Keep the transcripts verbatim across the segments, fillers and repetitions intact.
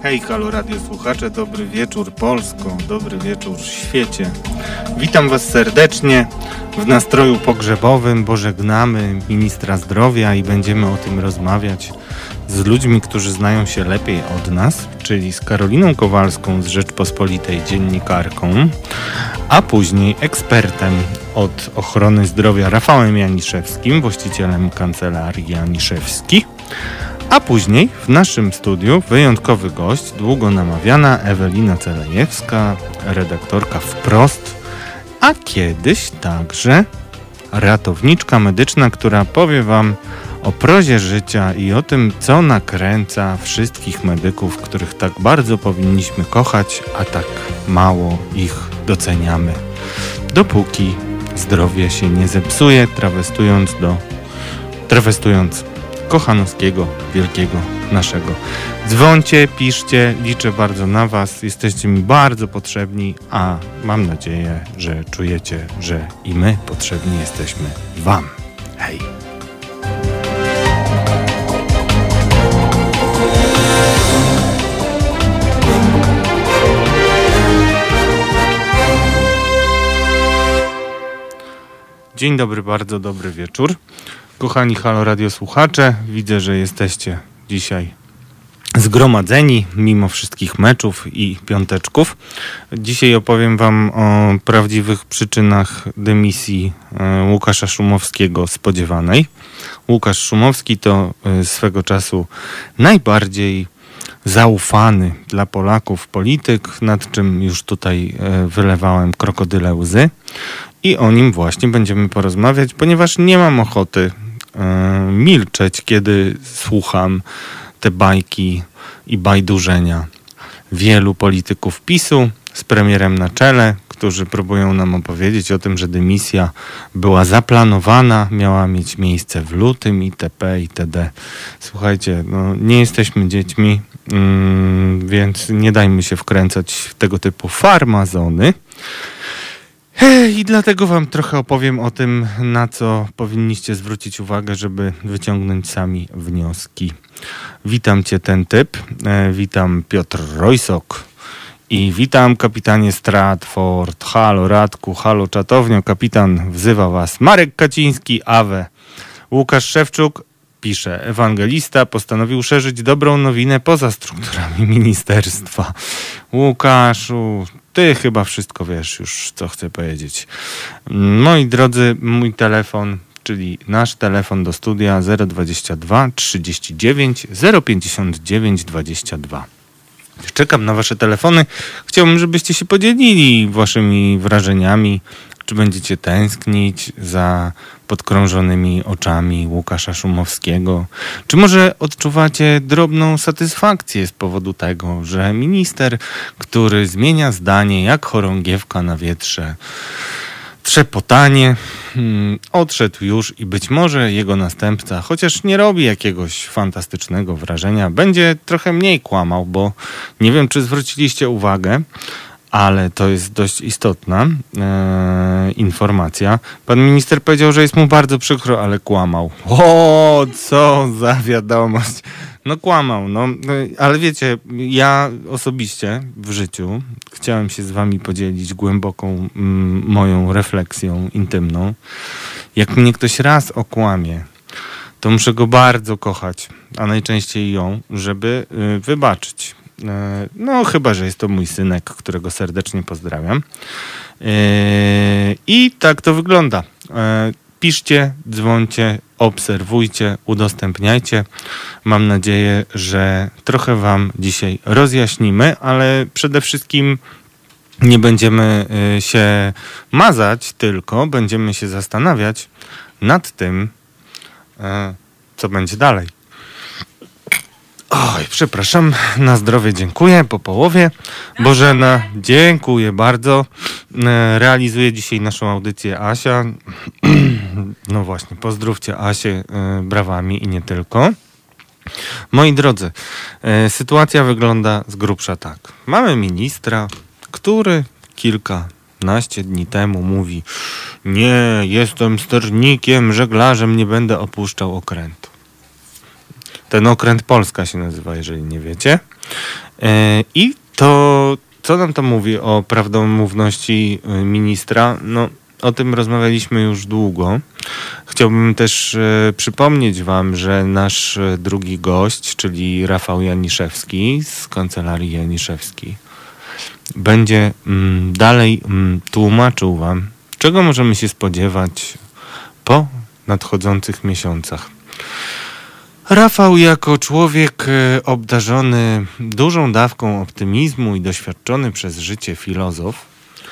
Hej, halo radio słuchacze, dobry wieczór Polsko, dobry wieczór świecie. Witam Was serdecznie w nastroju pogrzebowym, bo żegnamy ministra zdrowia i będziemy o tym rozmawiać z ludźmi, którzy znają się lepiej od nas, czyli z Karoliną Kowalską z Rzeczpospolitej, dziennikarką, a później ekspertem od ochrony zdrowia Rafałem Janiszewskim, właścicielem kancelarii Janiszewski. A później w naszym studiu wyjątkowy gość, długo namawiana Ewelina Celejewska, redaktorka Wprost, a kiedyś także ratowniczka medyczna, która powie Wam o prozie życia i o tym, co nakręca wszystkich medyków, których tak bardzo powinniśmy kochać, a tak mało ich doceniamy. Dopóki zdrowie się nie zepsuje, trawestując do... trawestując Kochanowskiego, wielkiego naszego. Dzwońcie, piszcie, liczę bardzo na Was, jesteście mi bardzo potrzebni, a mam nadzieję, że czujecie, że i my potrzebni jesteśmy Wam. Hej! Dzień dobry, bardzo dobry wieczór. Kochani Halo Radio słuchacze, widzę, że jesteście dzisiaj zgromadzeni mimo wszystkich meczów i piąteczków. Dzisiaj opowiem Wam o prawdziwych przyczynach dymisji Łukasza Szumowskiego spodziewanej. Łukasz Szumowski to swego czasu najbardziej zaufany dla Polaków polityk, nad czym już tutaj wylewałem krokodyle łzy. I o nim właśnie będziemy porozmawiać, ponieważ nie mam ochoty e, milczeć, kiedy słucham te bajki i bajdurzenia wielu polityków PiSu z premierem na czele, którzy próbują nam opowiedzieć o tym, że dymisja była zaplanowana, miała mieć miejsce w lutym itp. itd. Słuchajcie, no, nie jesteśmy dziećmi, mm, więc nie dajmy się wkręcać w tego typu farmazony. I dlatego Wam trochę opowiem o tym, na co powinniście zwrócić uwagę, żeby wyciągnąć sami wnioski. Witam Cię, ten typ. E, witam Piotr Rojsok. I witam kapitanie Stratford. Halo Radku, halo czatownio. Kapitan wzywa Was. Marek Kaciński, Awe. Łukasz Szewczuk pisze. Ewangelista postanowił szerzyć dobrą nowinę poza strukturami ministerstwa. Łukaszu, Ty chyba wszystko wiesz już, co chcę powiedzieć. Moi drodzy, mój telefon, czyli nasz telefon do studia zero dwadzieścia dwa trzydzieści dziewięć zero pięćdziesiąt dziewięć dwadzieścia dwa. Czekam na Wasze telefony. Chciałbym, żebyście się podzielili Waszymi wrażeniami. Czy będziecie tęsknić za podkrążonymi oczami Łukasza Szumowskiego? Czy może odczuwacie drobną satysfakcję z powodu tego, że minister, który zmienia zdanie jak chorągiewka na wietrze, trzepotanie, hmm, odszedł już i być może jego następca, chociaż nie robi jakiegoś fantastycznego wrażenia, będzie trochę mniej kłamał, bo nie wiem, czy zwróciliście uwagę, ale to jest dość istotna e, informacja. Pan minister powiedział, że jest mu bardzo przykro, ale kłamał. O, co za wiadomość. No kłamał, no. Ale wiecie, ja osobiście w życiu chciałem się z wami podzielić głęboką mm, moją refleksją intymną. Jak mnie ktoś raz okłamie, to muszę go bardzo kochać, a najczęściej ją, żeby y, wybaczyć. No chyba, że jest to mój synek, którego serdecznie pozdrawiam. I tak to wygląda. Piszcie, dzwońcie, obserwujcie, udostępniajcie. Mam nadzieję, że trochę Wam dzisiaj rozjaśnimy, ale przede wszystkim nie będziemy się mazać, tylko będziemy się zastanawiać nad tym, co będzie dalej. Oj, przepraszam, na zdrowie dziękuję, po połowie. Bożena, dziękuję bardzo. Realizuje dzisiaj naszą audycję Asia. No właśnie, pozdrówcie Asię brawami i nie tylko. Moi drodzy, sytuacja wygląda z grubsza tak. Mamy ministra, który kilkanaście dni temu mówi: nie, jestem sternikiem, żeglarzem, nie będę opuszczał okrętu. Ten okręt Polska się nazywa, jeżeli nie wiecie. I to, co nam to mówi o prawdomówności ministra? No, o tym rozmawialiśmy już długo. Chciałbym też e, przypomnieć wam, że nasz drugi gość, czyli Rafał Janiszewski z Kancelarii Janiszewskiej, będzie mm, dalej mm, tłumaczył wam, czego możemy się spodziewać po nadchodzących miesiącach. Rafał jako człowiek obdarzony dużą dawką optymizmu i doświadczony przez życie filozof,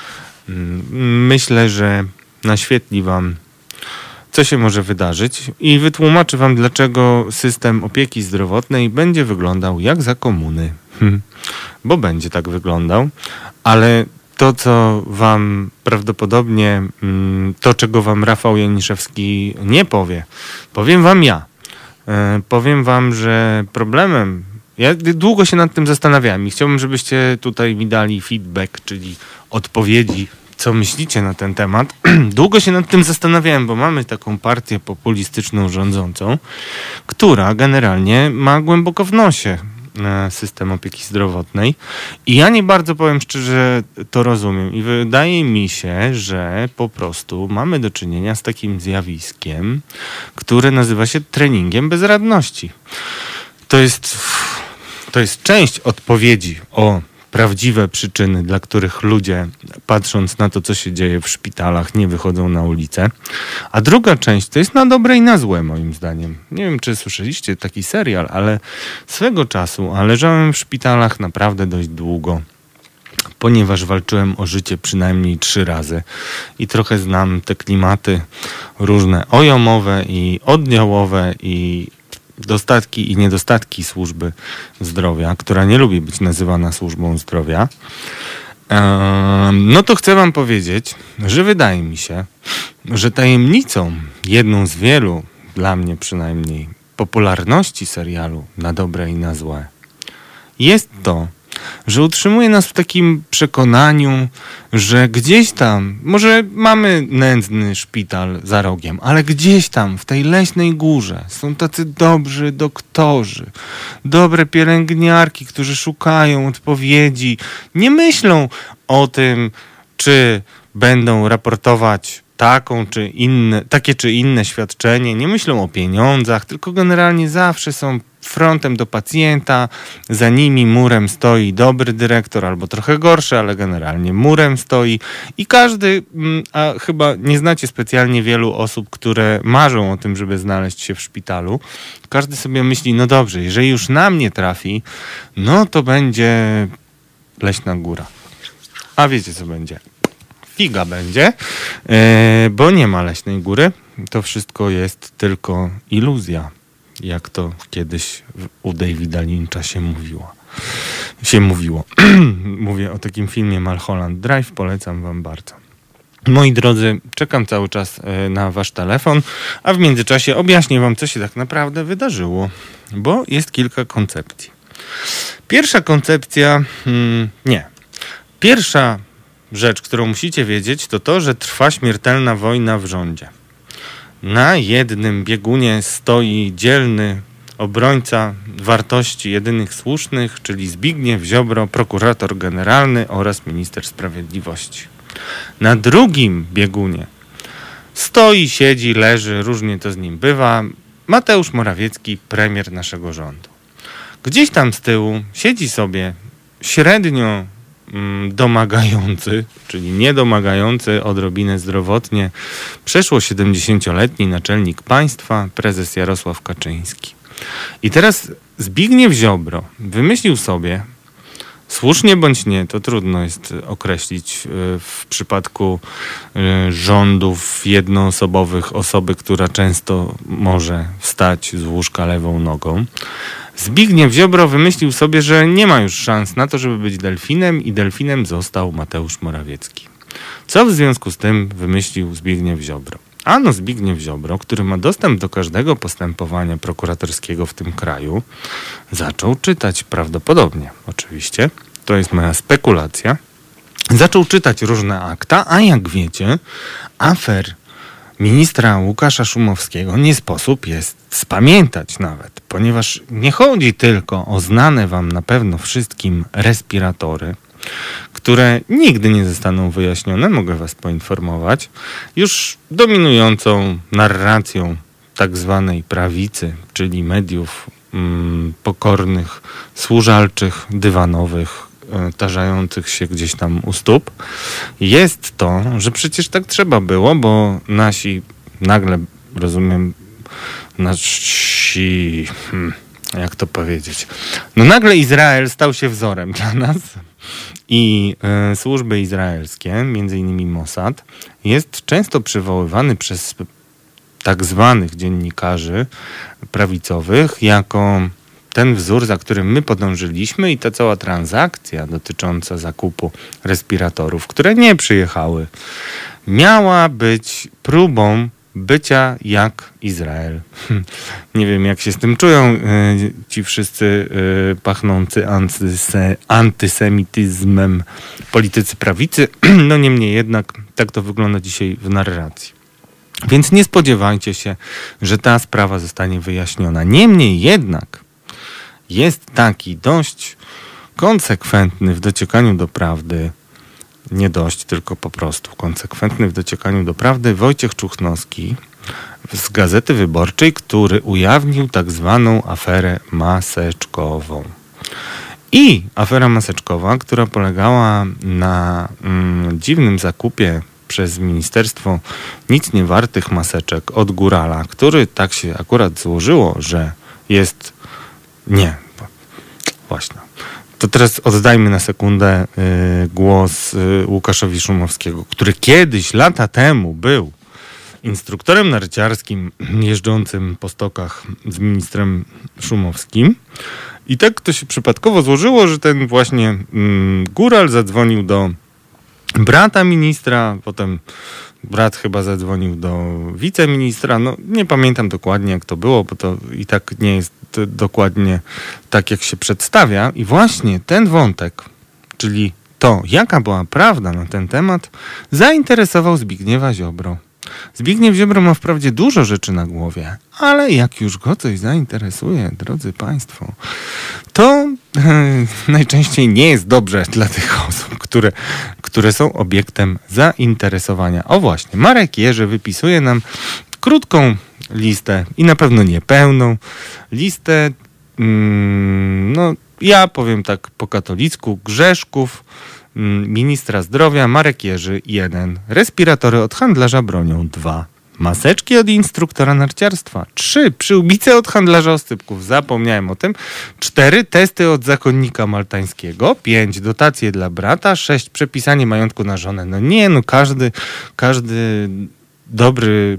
myślę, że naświetli wam, co się może wydarzyć i wytłumaczy wam, dlaczego system opieki zdrowotnej będzie wyglądał jak za komuny. Bo będzie tak wyglądał, ale to, co wam prawdopodobnie, to, czego wam Rafał Janiszewski nie powie, powiem wam ja. Powiem wam, że problemem, ja długo się nad tym zastanawiałem i chciałbym, żebyście tutaj mi dali feedback, czyli odpowiedzi, co myślicie na ten temat. Długo się nad tym zastanawiałem, bo mamy taką partię populistyczną rządzącą, która generalnie ma głęboko w nosie system opieki zdrowotnej i ja nie bardzo, powiem szczerze, to rozumiem i wydaje mi się, że po prostu mamy do czynienia z takim zjawiskiem, które nazywa się treningiem bezradności. To jest, to jest część odpowiedzi o prawdziwe przyczyny, dla których ludzie, patrząc na to, co się dzieje w szpitalach, nie wychodzą na ulicę. A druga część to jest na dobre i na złe, moim zdaniem. Nie wiem, czy słyszeliście taki serial, ale swego czasu, a leżałem w szpitalach naprawdę dość długo, ponieważ walczyłem o życie przynajmniej trzy razy i trochę znam te klimaty różne ojomowe i oddziałowe i dostatki i niedostatki służby zdrowia, która nie lubi być nazywana służbą zdrowia, no to chcę wam powiedzieć, że wydaje mi się, że tajemnicą, jedną z wielu, dla mnie przynajmniej, popularności serialu Na dobre i na złe jest to, że utrzymuje nas w takim przekonaniu, że gdzieś tam, może mamy nędzny szpital za rogiem, ale gdzieś tam w tej leśnej górze są tacy dobrzy doktorzy, dobre pielęgniarki, którzy szukają odpowiedzi, nie myślą o tym, czy będą raportować taką czy inne, takie czy inne świadczenie, nie myślą o pieniądzach, tylko generalnie zawsze są frontem do pacjenta, za nimi murem stoi dobry dyrektor albo trochę gorszy, ale generalnie murem stoi i każdy, a chyba nie znacie specjalnie wielu osób, które marzą o tym, żeby znaleźć się w szpitalu, każdy sobie myśli, no dobrze, jeżeli już na mnie trafi, no to będzie leśna góra. A wiecie co będzie? Figa będzie, yy, bo nie ma leśnej góry. To wszystko jest tylko iluzja, jak to kiedyś u Davida Lyncha się mówiło. Się mówiło. Mówię o takim filmie Mulholland Drive, polecam wam bardzo. Moi drodzy, czekam cały czas yy, na wasz telefon, a w międzyczasie objaśnię wam, co się tak naprawdę wydarzyło, bo jest kilka koncepcji. Pierwsza koncepcja, hmm, nie. Pierwsza rzecz, którą musicie wiedzieć, to to, że trwa śmiertelna wojna w rządzie. Na jednym biegunie stoi dzielny obrońca wartości jedynych słusznych, czyli Zbigniew Ziobro, prokurator generalny oraz minister sprawiedliwości. Na drugim biegunie stoi, siedzi, leży, różnie to z nim bywa, Mateusz Morawiecki, premier naszego rządu. Gdzieś tam z tyłu siedzi sobie średnio domagający, czyli niedomagający odrobinę zdrowotnie, przeszło siedemdziesięcioletni naczelnik państwa, prezes Jarosław Kaczyński. I teraz Zbigniew Ziobro wymyślił sobie, słusznie bądź nie, to trudno jest określić w przypadku rządów jednoosobowych, osoby, która często może wstać z łóżka lewą nogą, Zbigniew Ziobro wymyślił sobie, że nie ma już szans na to, żeby być delfinem i delfinem został Mateusz Morawiecki. Co w związku z tym wymyślił Zbigniew Ziobro? Ano Zbigniew Ziobro, który ma dostęp do każdego postępowania prokuratorskiego w tym kraju, zaczął czytać prawdopodobnie, oczywiście, to jest moja spekulacja, zaczął czytać różne akta, a jak wiecie, afer ministra Łukasza Szumowskiego nie sposób jest spamiętać nawet, ponieważ nie chodzi tylko o znane wam na pewno wszystkim respiratory, które nigdy nie zostaną wyjaśnione, mogę was poinformować, już dominującą narracją tak zwanej prawicy, czyli mediów mm, pokornych, służalczych, dywanowych, y, tarzających się gdzieś tam u stóp, jest to, że przecież tak trzeba było, bo nasi, nagle, rozumiem, nasi, hmm, jak to powiedzieć, no nagle Izrael stał się wzorem dla nas i y, służby izraelskie, między innymi Mossad, jest często przywoływany przez tak zwanych dziennikarzy prawicowych jako ten wzór, za którym my podążyliśmy i ta cała transakcja dotycząca zakupu respiratorów, które nie przyjechały, miała być próbą bycia jak Izrael. Nie wiem, jak się z tym czują y, ci wszyscy y, pachnący antyse, antysemityzmem politycy prawicy. No niemniej jednak tak to wygląda dzisiaj w narracji. Więc nie spodziewajcie się, że ta sprawa zostanie wyjaśniona. Niemniej jednak jest taki dość konsekwentny w dociekaniu do prawdy, nie dość, tylko po prostu konsekwentny w dociekaniu do prawdy Wojciech Czuchnowski z Gazety Wyborczej, który ujawnił tak zwaną aferę maseczkową. I afera maseczkowa, która polegała na mm, dziwnym zakupie przez ministerstwo nic nie wartych maseczek od Górala, który tak się akurat złożyło, że jest... Nie, właśnie. To teraz oddajmy na sekundę y, głos y, Łukaszowi Szumowskiego, który kiedyś, lata temu był instruktorem narciarskim jeżdżącym po stokach z ministrem Szumowskim. I tak to się przypadkowo złożyło, że ten właśnie y, Góral zadzwonił do brata ministra, potem brat chyba zadzwonił do wiceministra, no nie pamiętam dokładnie jak to było, bo to i tak nie jest dokładnie tak jak się przedstawia. I właśnie ten wątek, czyli to jaka była prawda na ten temat, zainteresował Zbigniewa Ziobro. Zbigniew Ziobro ma wprawdzie dużo rzeczy na głowie, ale jak już go coś zainteresuje, drodzy państwo, to e, najczęściej nie jest dobrze dla tych osób, które, które są obiektem zainteresowania. O właśnie, Marek Jerzy wypisuje nam krótką listę i na pewno niepełną listę, mm, no ja powiem tak po katolicku, grzeszków ministra zdrowia. Marek Jerzy jeden. Respiratory od handlarza bronią dwa. Maseczki od instruktora narciarstwa trzy. Przyłbice od handlarza oscypków. Zapomniałem o tym. cztery. Testy od zakonnika maltańskiego. pięć. Dotacje dla brata. sześć. Przepisanie majątku na żonę. No nie, no każdy, każdy dobry,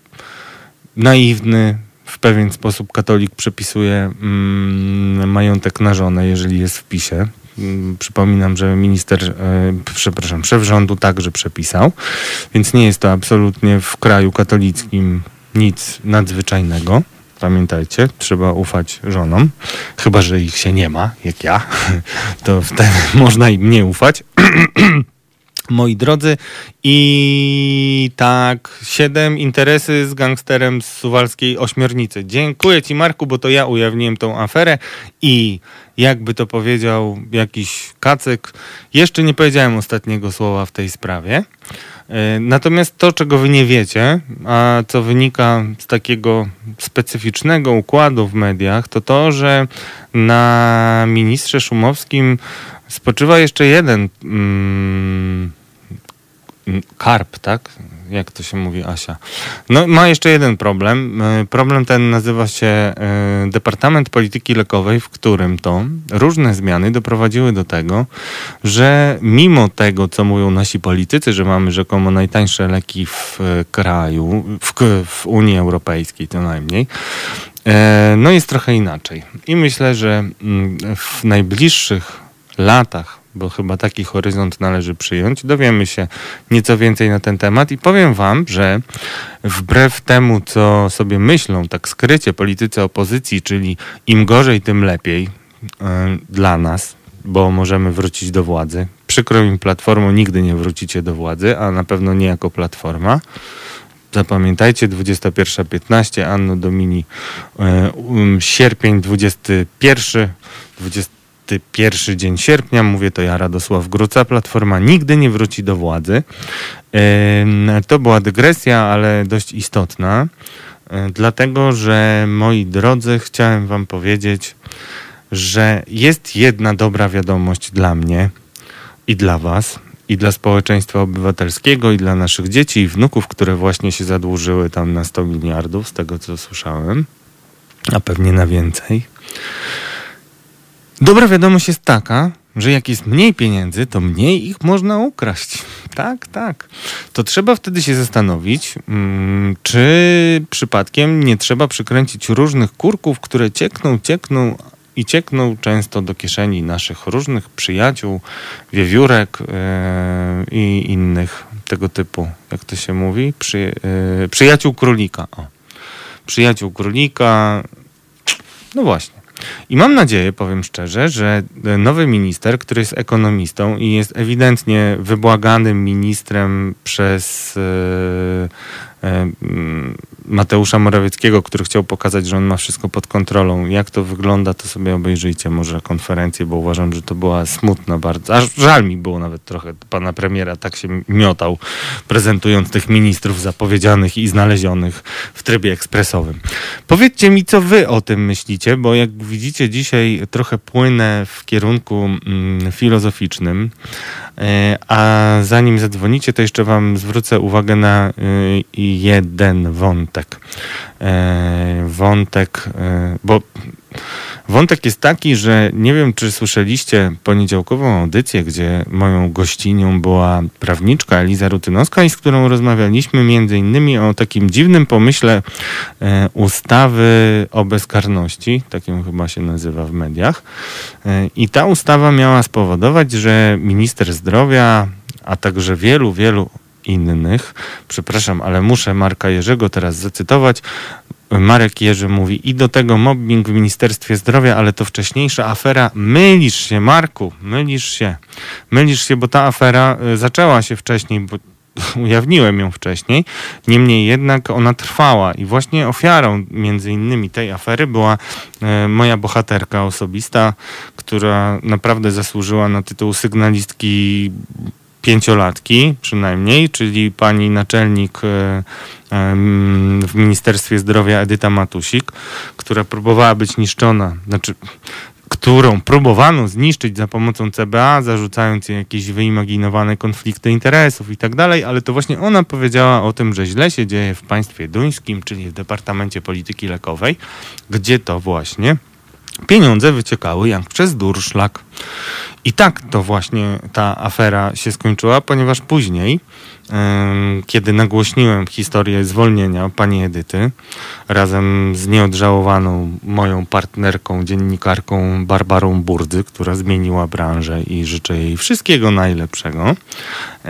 naiwny w pewien sposób katolik przepisuje mm, majątek na żonę, jeżeli jest w PiSie. Przypominam, że minister, e, przepraszam, szef rządu także przepisał, więc nie jest to absolutnie w kraju katolickim nic nadzwyczajnego. Pamiętajcie, trzeba ufać żonom, chyba że ich się nie ma, jak ja, to wtedy można im nie ufać. Moi drodzy, i tak, siedem interesy z gangsterem z Suwalskiej Ośmiornicy. Dziękuję ci, Marku, bo to ja ujawniłem tą aferę i jakby to powiedział jakiś kacyk, jeszcze nie powiedziałem ostatniego słowa w tej sprawie. Natomiast to, czego wy nie wiecie, a co wynika z takiego specyficznego układu w mediach, to to, że na ministrze Szumowskim spoczywa jeszcze jeden mm, karp, tak? Jak to się mówi, Asia? No, ma jeszcze jeden problem. Problem ten nazywa się Departament Polityki Lekowej, w którym to różne zmiany doprowadziły do tego, że mimo tego, co mówią nasi politycy, że mamy rzekomo najtańsze leki w kraju, w, w Unii Europejskiej co najmniej, no jest trochę inaczej. I myślę, że w najbliższych latach, bo chyba taki horyzont należy przyjąć, dowiemy się nieco więcej na ten temat i powiem wam, że wbrew temu, co sobie myślą tak skrycie politycy opozycji, czyli im gorzej, tym lepiej yy, dla nas, bo możemy wrócić do władzy. Przykro im, Platformą nigdy nie wrócicie do władzy, a na pewno nie jako Platforma. Zapamiętajcie, dwudziesta pierwsza piętnaście, Anno Domini, e, um, sierpień dwudziesty pierwszy, dwudziesty pierwszy dzień sierpnia, mówię to ja, Radosław Gruca, Platforma nigdy nie wróci do władzy. E, to była dygresja, ale dość istotna, e, dlatego, że moi drodzy, chciałem wam powiedzieć, że jest jedna dobra wiadomość dla mnie i dla was, i dla społeczeństwa obywatelskiego, i dla naszych dzieci i wnuków, które właśnie się zadłużyły tam na sto miliardów, z tego co słyszałem, a pewnie na więcej. Dobra wiadomość jest taka, że jak jest mniej pieniędzy, to mniej ich można ukraść. Tak, tak. To trzeba wtedy się zastanowić, hmm, czy przypadkiem nie trzeba przykręcić różnych kurków, które ciekną, ciekną, i ciekną często do kieszeni naszych różnych przyjaciół, wiewiórek yy, i innych tego typu, jak to się mówi, Przy, yy, przyjaciół królika. O. Przyjaciół królika, no właśnie. I mam nadzieję, powiem szczerze, że nowy minister, który jest ekonomistą i jest ewidentnie wybłaganym ministrem przez yy, Mateusza Morawieckiego, który chciał pokazać, że on ma wszystko pod kontrolą. Jak to wygląda, to sobie obejrzyjcie może konferencję, bo uważam, że to była smutna bardzo. Aż żal mi było nawet trochę pana premiera, tak się miotał, prezentując tych ministrów zapowiedzianych i znalezionych w trybie ekspresowym. Powiedzcie mi, co wy o tym myślicie, bo jak widzicie, dzisiaj trochę płynę w kierunku mm, filozoficznym, e, a zanim zadzwonicie, to jeszcze wam zwrócę uwagę na y, jeden wątek. E, wątek, e, bo wątek jest taki, że nie wiem, czy słyszeliście poniedziałkową audycję, gdzie moją gościnią była prawniczka Eliza Rutynowska i z którą rozmawialiśmy między innymi o takim dziwnym pomyśle e, ustawy o bezkarności, tak ją chyba się nazywa w mediach. E, I ta ustawa miała spowodować, że minister zdrowia, a także wielu, wielu innych, przepraszam, ale muszę Marka Jerzego teraz zacytować. Marek Jerzy mówi: i do tego mobbing w Ministerstwie Zdrowia, ale to wcześniejsza afera. Mylisz się, Marku, mylisz się. Mylisz się, bo ta afera zaczęła się wcześniej, bo ujawniłem ją wcześniej. Niemniej jednak ona trwała i właśnie ofiarą między innymi tej afery była e, moja bohaterka osobista, która naprawdę zasłużyła na tytuł sygnalistki pięciolatki przynajmniej, czyli pani naczelnik w Ministerstwie Zdrowia Edyta Matusik, która próbowała być niszczona, znaczy którą próbowano zniszczyć za pomocą C B A, zarzucając jej jakieś wyimaginowane konflikty interesów i tak dalej, ale to właśnie ona powiedziała o tym, że źle się dzieje w państwie duńskim, czyli w Departamencie Polityki Lekowej, gdzie to właśnie pieniądze wyciekały jak przez durszlak. I tak to właśnie ta afera się skończyła, ponieważ później, yy, kiedy nagłośniłem historię zwolnienia pani Edyty razem z nieodżałowaną moją partnerką, dziennikarką Barbarą Burdzy, która zmieniła branżę i życzę jej wszystkiego najlepszego, yy,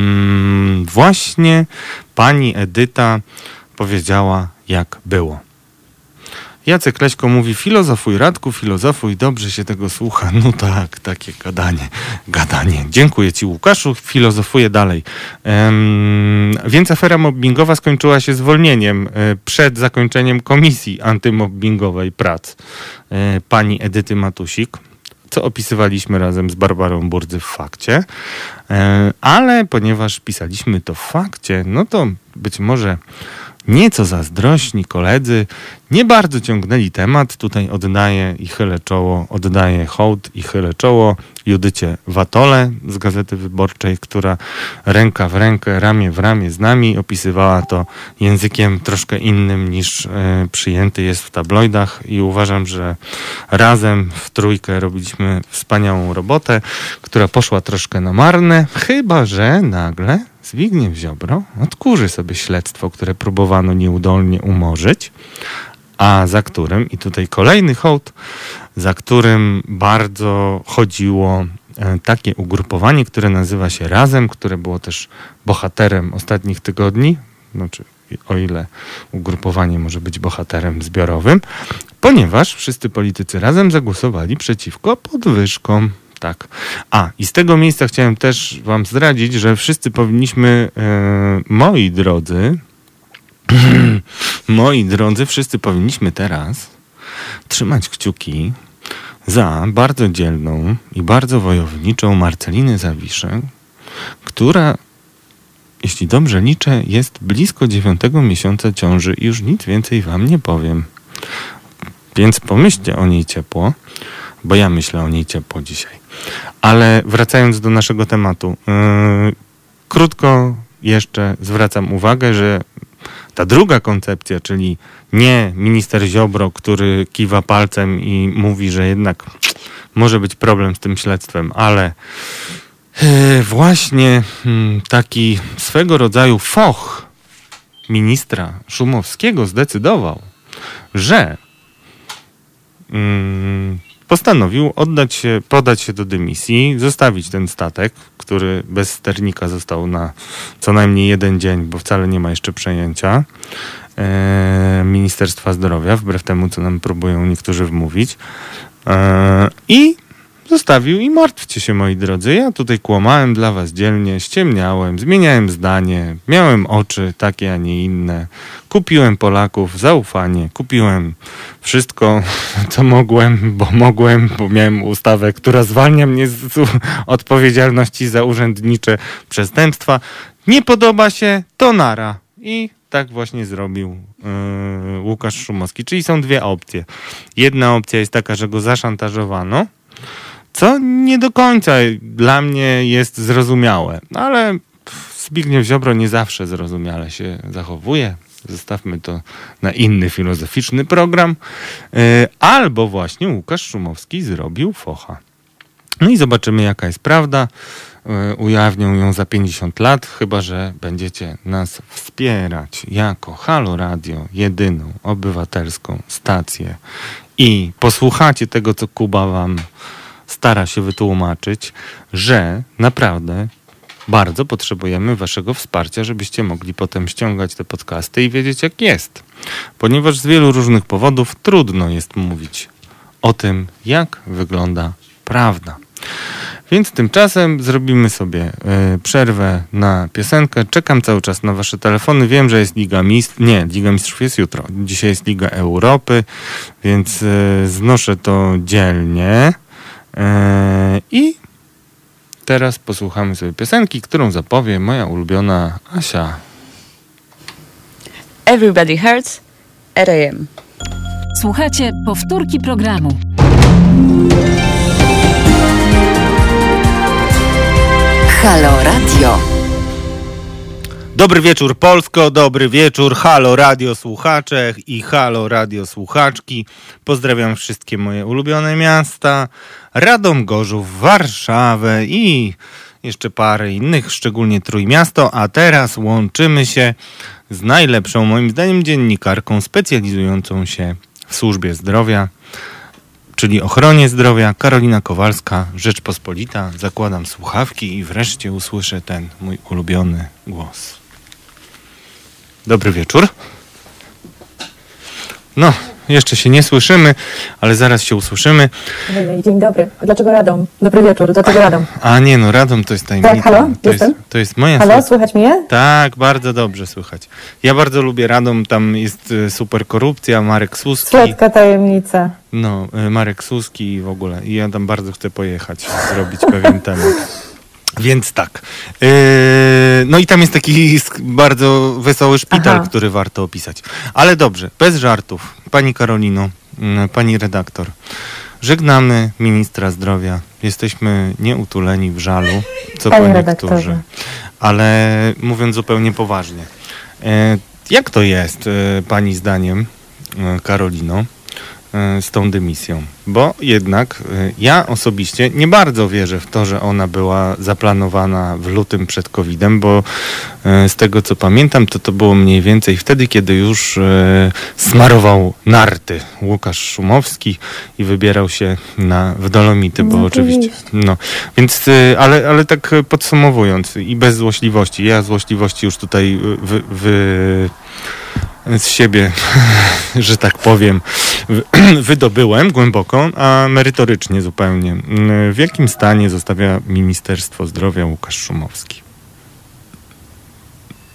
właśnie pani Edyta powiedziała, jak było. Jacek Leśko mówi: filozofuj, Radku, filozofuj, dobrze się tego słucha. No tak, takie gadanie, gadanie. Dziękuję ci, Łukaszu, filozofuję dalej. Um, więc afera mobbingowa skończyła się zwolnieniem e, przed zakończeniem komisji antymobbingowej prac e, pani Edyty Matusik, co opisywaliśmy razem z Barbarą Burdzy w Fakcie. E, ale ponieważ pisaliśmy to w Fakcie, no to być może nieco zazdrośni koledzy nie bardzo ciągnęli temat. Tutaj oddaję i chylę czoło, oddaję hołd i chylę czoło Judycie Watole z Gazety Wyborczej, która ręka w rękę, ramię w ramię z nami opisywała to językiem troszkę innym niż y, przyjęty jest w tabloidach i uważam, że razem w trójkę robiliśmy wspaniałą robotę, która poszła troszkę na marne, chyba że nagle Zbigniew Ziobro odkurzy sobie śledztwo, które próbowano nieudolnie umorzyć, a za którym, i tutaj kolejny hołd, za którym bardzo chodziło takie ugrupowanie, które nazywa się Razem, które było też bohaterem ostatnich tygodni, znaczy o ile ugrupowanie może być bohaterem zbiorowym, ponieważ wszyscy politycy Razem zagłosowali przeciwko podwyżkom. Tak. A, i z tego miejsca chciałem też wam zdradzić, że wszyscy powinniśmy, e, moi drodzy, Moi drodzy, wszyscy powinniśmy teraz trzymać kciuki za bardzo dzielną i bardzo wojowniczą Marcelinę Zawiszę, która, jeśli dobrze liczę, jest blisko dziewiątego miesiąca ciąży i już nic więcej wam nie powiem. Więc pomyślcie o niej ciepło, bo ja myślę o niej ciepło dzisiaj. Ale wracając do naszego tematu, yy, krótko jeszcze zwracam uwagę, że ta druga koncepcja, czyli nie minister Ziobro, który kiwa palcem i mówi, że jednak może być problem z tym śledztwem, ale yy, właśnie yy, taki swego rodzaju foch ministra Szumowskiego zdecydował, że yy, postanowił oddać się, podać się do dymisji, zostawić ten statek, który bez sternika został na co najmniej jeden dzień, bo wcale nie ma jeszcze przejęcia e, Ministerstwa Zdrowia, wbrew temu, co nam próbują niektórzy wmówić. E, I zostawił i martwcie się, moi drodzy. Ja tutaj kłamałem dla was dzielnie, ściemniałem, zmieniałem zdanie, miałem oczy takie, a nie inne. Kupiłem Polaków, zaufanie, kupiłem wszystko, co mogłem, bo mogłem, bo miałem ustawę, która zwalnia mnie z odpowiedzialności za urzędnicze przestępstwa. Nie podoba się, to nara. I tak właśnie zrobił yy, Łukasz Szumowski. Czyli są dwie opcje. Jedna opcja jest taka, że go zaszantażowano, co nie do końca dla mnie jest zrozumiałe. Ale Zbigniew Ziobro nie zawsze zrozumiale się zachowuje. Zostawmy to na inny filozoficzny program. Albo właśnie Łukasz Szumowski zrobił focha. No i zobaczymy, jaka jest prawda. Ujawnią ją za pięćdziesiąt lat, chyba że będziecie nas wspierać jako Halo Radio, jedyną obywatelską stację i posłuchacie tego, co Kuba wam stara się wytłumaczyć, że naprawdę bardzo potrzebujemy waszego wsparcia, żebyście mogli potem ściągać te podcasty i wiedzieć, jak jest. Ponieważ z wielu różnych powodów trudno jest mówić o tym, jak wygląda prawda. Więc tymczasem zrobimy sobie y, przerwę na piosenkę. Czekam cały czas na wasze telefony. Wiem, że jest Liga Mistrzów. Nie, Liga Mistrzów jest jutro. Dzisiaj jest Liga Europy, więc y, znoszę to dzielnie. Y, I teraz posłuchamy sobie piosenki, którą zapowie moja ulubiona Asia. Everybody Hurts, R A M. Słuchacie powtórki programu. Halo Radio. Dobry wieczór Polsko, dobry wieczór Halo Radio słuchacze i Halo Radio słuchaczki. Pozdrawiam wszystkie moje ulubione miasta, Radom, Gorzów, Warszawę i jeszcze parę innych, szczególnie Trójmiasto. A teraz łączymy się z najlepszą moim zdaniem dziennikarką specjalizującą się w służbie zdrowia, czyli ochronie zdrowia, Karolina Kowalska, Rzeczpospolita. Zakładam słuchawki i wreszcie usłyszę ten mój ulubiony głos. Dobry wieczór. No, jeszcze się nie słyszymy, ale zaraz się usłyszymy. Dzień dobry. Dlaczego Radom? Dobry wieczór. Dlaczego Radom? A nie, no Radom to jest tajemnica. Tak, halo? To Jestem? jest, to jest moja... Halo, słychać mnie? Tak, bardzo dobrze słychać. Ja bardzo lubię Radom, tam jest super korupcja, Marek Suski. Słodka tajemnica. No, Marek Suski i w ogóle. I ja tam bardzo chcę pojechać, zrobić pewien temat. Więc tak. Yy, no i tam jest taki bardzo wesoły szpital, Aha. który warto opisać. Ale dobrze, bez żartów. Pani Karolino, yy, pani redaktor, żegnamy ministra zdrowia. Jesteśmy nieutuleni w żalu, co Panie po redaktorze. niektórzy. Ale mówiąc zupełnie poważnie. Yy, jak to jest, yy, pani zdaniem, yy, Karolino, z tą dymisją, bo jednak ja osobiście nie bardzo wierzę w to, że ona była zaplanowana w lutym przed kowidem, bo z tego co pamiętam, to to było mniej więcej wtedy, kiedy już smarował narty Łukasz Szumowski i wybierał się na, w Dolomity, bo No, oczywiście, no, więc, ale, ale tak podsumowując i bez złośliwości, ja złośliwości już tutaj wy, wy z siebie, że tak powiem, wydobyłem głęboko, a merytorycznie zupełnie. W jakim stanie zostawia Ministerstwo Zdrowia Łukasz Szumowski?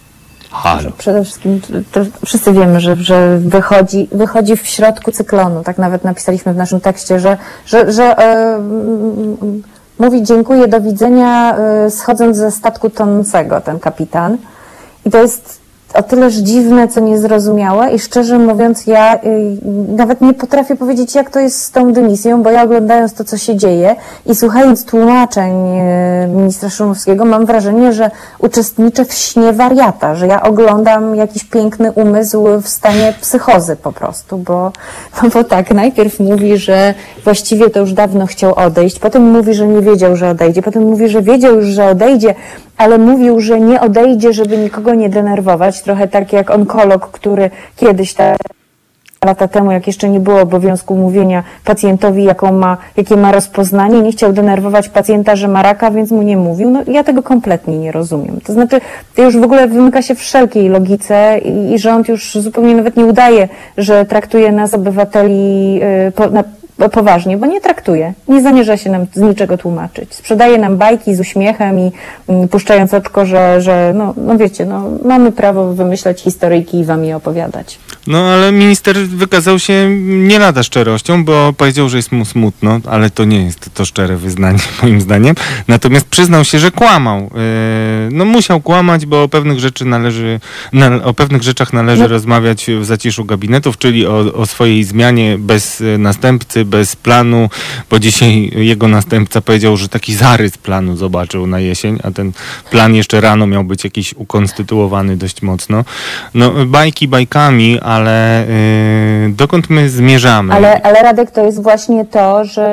Halo. Przede wszystkim to wszyscy wiemy, że, że wychodzi, wychodzi w środku cyklonu. Tak nawet napisaliśmy w naszym tekście, że, że, że e, m, mówi dziękuję, do widzenia, e, schodząc ze statku tonącego, ten kapitan. I to jest o tyleż dziwne, co niezrozumiałe i szczerze mówiąc ja y, nawet nie potrafię powiedzieć, jak to jest z tą dymisją, bo ja oglądając to, co się dzieje i słuchając tłumaczeń y, ministra Szumowskiego, mam wrażenie, że uczestniczę w śnie wariata, że ja oglądam jakiś piękny umysł w stanie psychozy po prostu, bo, no bo tak, najpierw mówi, że właściwie to już dawno chciał odejść, potem mówi, że nie wiedział, że odejdzie, potem mówi, że wiedział już, że odejdzie, ale mówił, że nie odejdzie, żeby nikogo nie denerwować. Trochę tak jak onkolog, który kiedyś, ta, lata temu, jak jeszcze nie było obowiązku mówienia pacjentowi, jaką ma, jakie ma rozpoznanie, nie chciał denerwować pacjenta, że ma raka, więc mu nie mówił. No ja tego kompletnie nie rozumiem. To znaczy, to już w ogóle wymyka się wszelkiej logice i, i rząd już zupełnie nawet nie udaje, że traktuje nas, obywateli, yy, po, na, poważnie, bo nie traktuje. Nie zamierza się nam z niczego tłumaczyć. Sprzedaje nam bajki z uśmiechem i mm, puszczając oczko, że, że no, no wiecie, no, mamy prawo wymyślać historyjki i wam je opowiadać. No ale minister wykazał się nie lada szczerością, bo powiedział, że jest mu smutno, ale to nie jest to szczere wyznanie moim zdaniem. Natomiast przyznał się, że kłamał. Yy, no musiał kłamać, bo o pewnych rzeczy należy, na, o pewnych rzeczach należy no. rozmawiać w zaciszu gabinetów, czyli o, o swojej zmianie bez następcy, bez planu, bo dzisiaj jego następca powiedział, że taki zarys planu zobaczył na jesień, a ten plan jeszcze rano miał być jakiś ukonstytuowany dość mocno. No bajki bajkami, ale yy, dokąd my zmierzamy? Ale, ale Radek, to jest właśnie to, że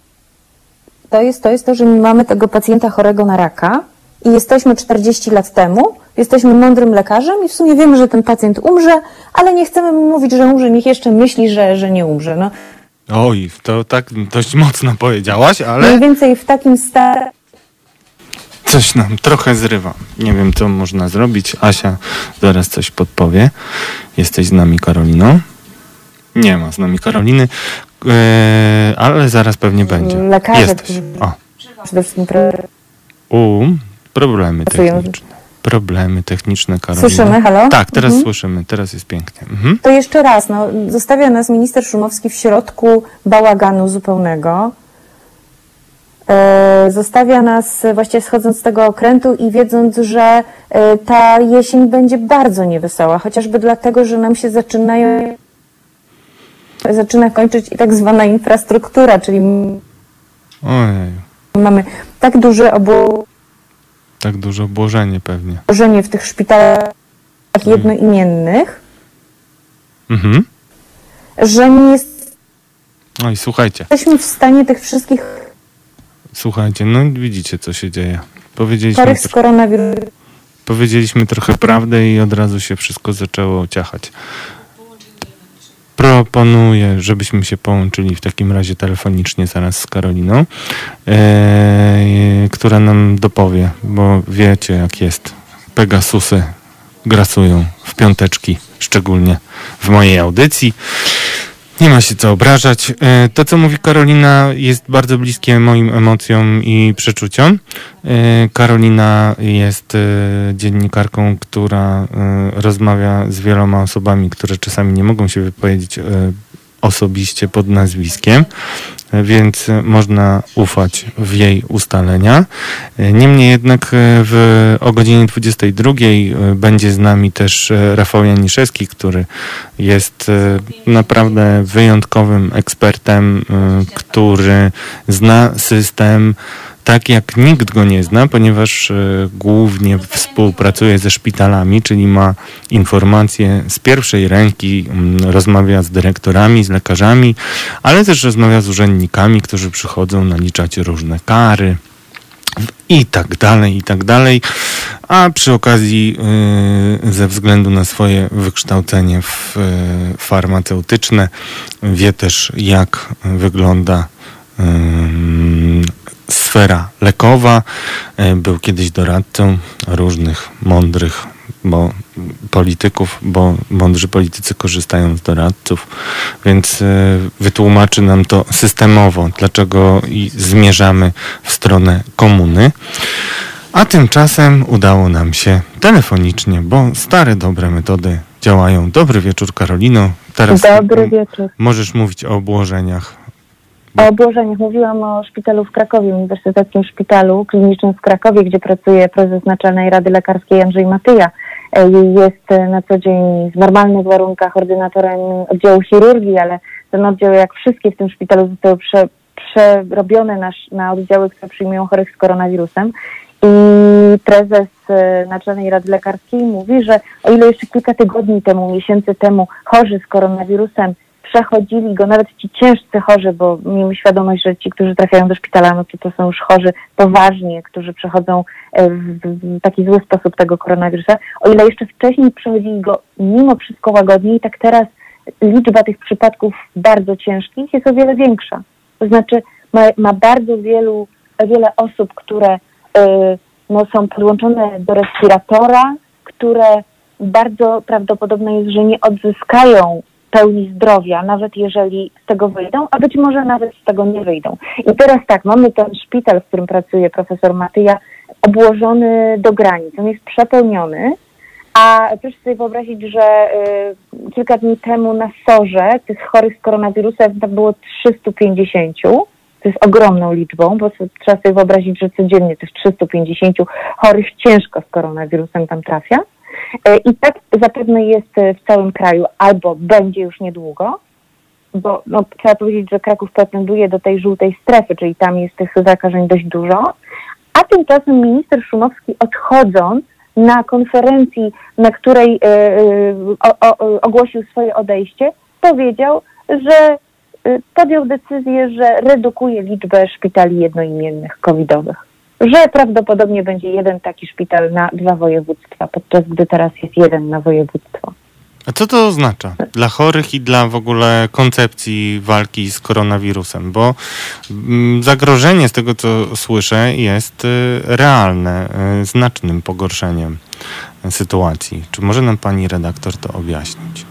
to jest, to jest to, że my mamy tego pacjenta chorego na raka i jesteśmy czterdzieści lat temu, jesteśmy mądrym lekarzem i w sumie wiemy, że ten pacjent umrze, ale nie chcemy mu mówić, że umrze, niech jeszcze myśli, że, że nie umrze. No. Oj, to tak dość mocno powiedziałaś, ale... Mniej więcej w takim stanie... Coś nam trochę zrywa. Nie wiem, co można zrobić. Asia zaraz coś podpowie. Jesteś z nami, Karolino? Nie ma z nami Karoliny, yy, ale zaraz pewnie będzie. Lekarze, Jesteś. O. Przede wszystkim... U, problemy techniczne. Problemy techniczne, Karolina. Słyszymy, halo? Tak, teraz mhm. słyszymy, teraz jest pięknie. Mhm. To jeszcze raz, no, zostawia nas minister Szumowski w środku bałaganu zupełnego. E, zostawia nas właściwie schodząc z tego okrętu i wiedząc, że e, ta jesień będzie bardzo niewesoła, chociażby dlatego, że nam się zaczynają zaczyna kończyć i tak zwana infrastruktura, czyli Ojej. mamy tak duże obło Tak duże obłożenie pewnie. obłożenie w tych szpitalach jednoimiennych, Mhm. że nie jest Oj, słuchajcie. jesteśmy w stanie tych wszystkich Słuchajcie, no widzicie, co się dzieje. Powiedzieliśmy, chorych z tro- koronawirusem. powiedzieliśmy trochę prawdę i od razu się wszystko zaczęło ciachać. Proponuję, żebyśmy się połączyli w takim razie telefonicznie zaraz z Karoliną, e, która nam dopowie, bo wiecie jak jest. Pegasusy grasują w piąteczki, szczególnie w mojej audycji. Nie ma się co obrażać. E, To, co mówi Karolina, jest bardzo bliskie moim emocjom i przeczuciom. E, Karolina jest e, dziennikarką, która e, rozmawia z wieloma osobami, które czasami nie mogą się wypowiedzieć e, osobiście pod nazwiskiem, e, więc e, można ufać w jej ustalenia. E, Niemniej jednak e, w, o godzinie dwudziestej drugiej e, będzie z nami też e, Rafał Janiszewski, który jest e, naprawdę wyjątkowym ekspertem, e, który zna system tak jak nikt go nie zna, ponieważ e, głównie współpracuje ze szpitalami, czyli ma informacje z pierwszej ręki, m, rozmawia z dyrektorami, z lekarzami, ale też rozmawia z urzędnikami, którzy przychodzą naliczać różne kary i tak dalej, i tak dalej. A przy okazji yy, ze względu na swoje wykształcenie w, yy, farmaceutyczne wie też, jak wygląda yy, sfera lekowa. Yy, był kiedyś doradcą różnych mądrych bo polityków, bo mądrzy politycy korzystają z doradców, więc yy, wytłumaczy nam to systemowo, dlaczego i zmierzamy w stronę komuny. A tymczasem udało nam się telefonicznie, bo stare, dobre metody działają. Dobry wieczór, Karolino. Teraz Dobry wieczór. możesz mówić o obłożeniach. O obłożeniach mówiłam o szpitalu w Krakowie, Uniwersyteckim Szpitalu Klinicznym w Krakowie, gdzie pracuje prezes Naczelnej Rady Lekarskiej Andrzej Matyja. Jest na co dzień w normalnych warunkach ordynatorem oddziału chirurgii, ale ten oddział, jak wszystkie w tym szpitalu, zostały prze, przerobione na, na oddziały, które przyjmują chorych z koronawirusem. I prezes Naczelnej Rady Lekarskiej mówi, że o ile jeszcze kilka tygodni temu, miesięcy temu chorzy z koronawirusem przechodzili go, nawet ci ciężcy chorzy, bo miejmy świadomość, że ci, którzy trafiają do szpitala, no to, to są już chorzy poważnie, którzy przechodzą w, w taki zły sposób tego koronawirusa. O ile jeszcze wcześniej przechodzili go mimo wszystko łagodniej, tak teraz liczba tych przypadków bardzo ciężkich jest o wiele większa. To znaczy ma, ma bardzo wielu, wiele osób, które y, no, są podłączone do respiratora, które bardzo prawdopodobne jest, że nie odzyskają pełni zdrowia, nawet jeżeli z tego wyjdą, a być może nawet z tego nie wyjdą. I teraz tak, mamy ten szpital, w którym pracuje profesor Matyja, obłożony do granic. On jest przepełniony, a proszę sobie wyobrazić, że y, kilka dni temu na sorze tych chorych z koronawirusem tam było trzysta pięćdziesiąt. To jest ogromną liczbą, bo trzeba sobie wyobrazić, że codziennie tych trzysta pięćdziesiąt chorych ciężko z koronawirusem tam trafia. I tak zapewne jest w całym kraju, albo będzie już niedługo, bo no, trzeba powiedzieć, że Kraków pretenduje do tej żółtej strefy, czyli tam jest tych zakażeń dość dużo, a tymczasem minister Szumowski, odchodząc na konferencji, na której yy, o, o, ogłosił swoje odejście, powiedział, że yy, podjął decyzję, że redukuje liczbę szpitali jednoimiennych covidowych. Że prawdopodobnie będzie jeden taki szpital na dwa województwa, podczas gdy teraz jest jeden na województwo. A co to oznacza dla chorych i dla w ogóle koncepcji walki z koronawirusem? Bo mm, zagrożenie, z tego co słyszę, jest y, realne, y, znacznym pogorszeniem sytuacji. Czy może nam pani redaktor to objaśnić?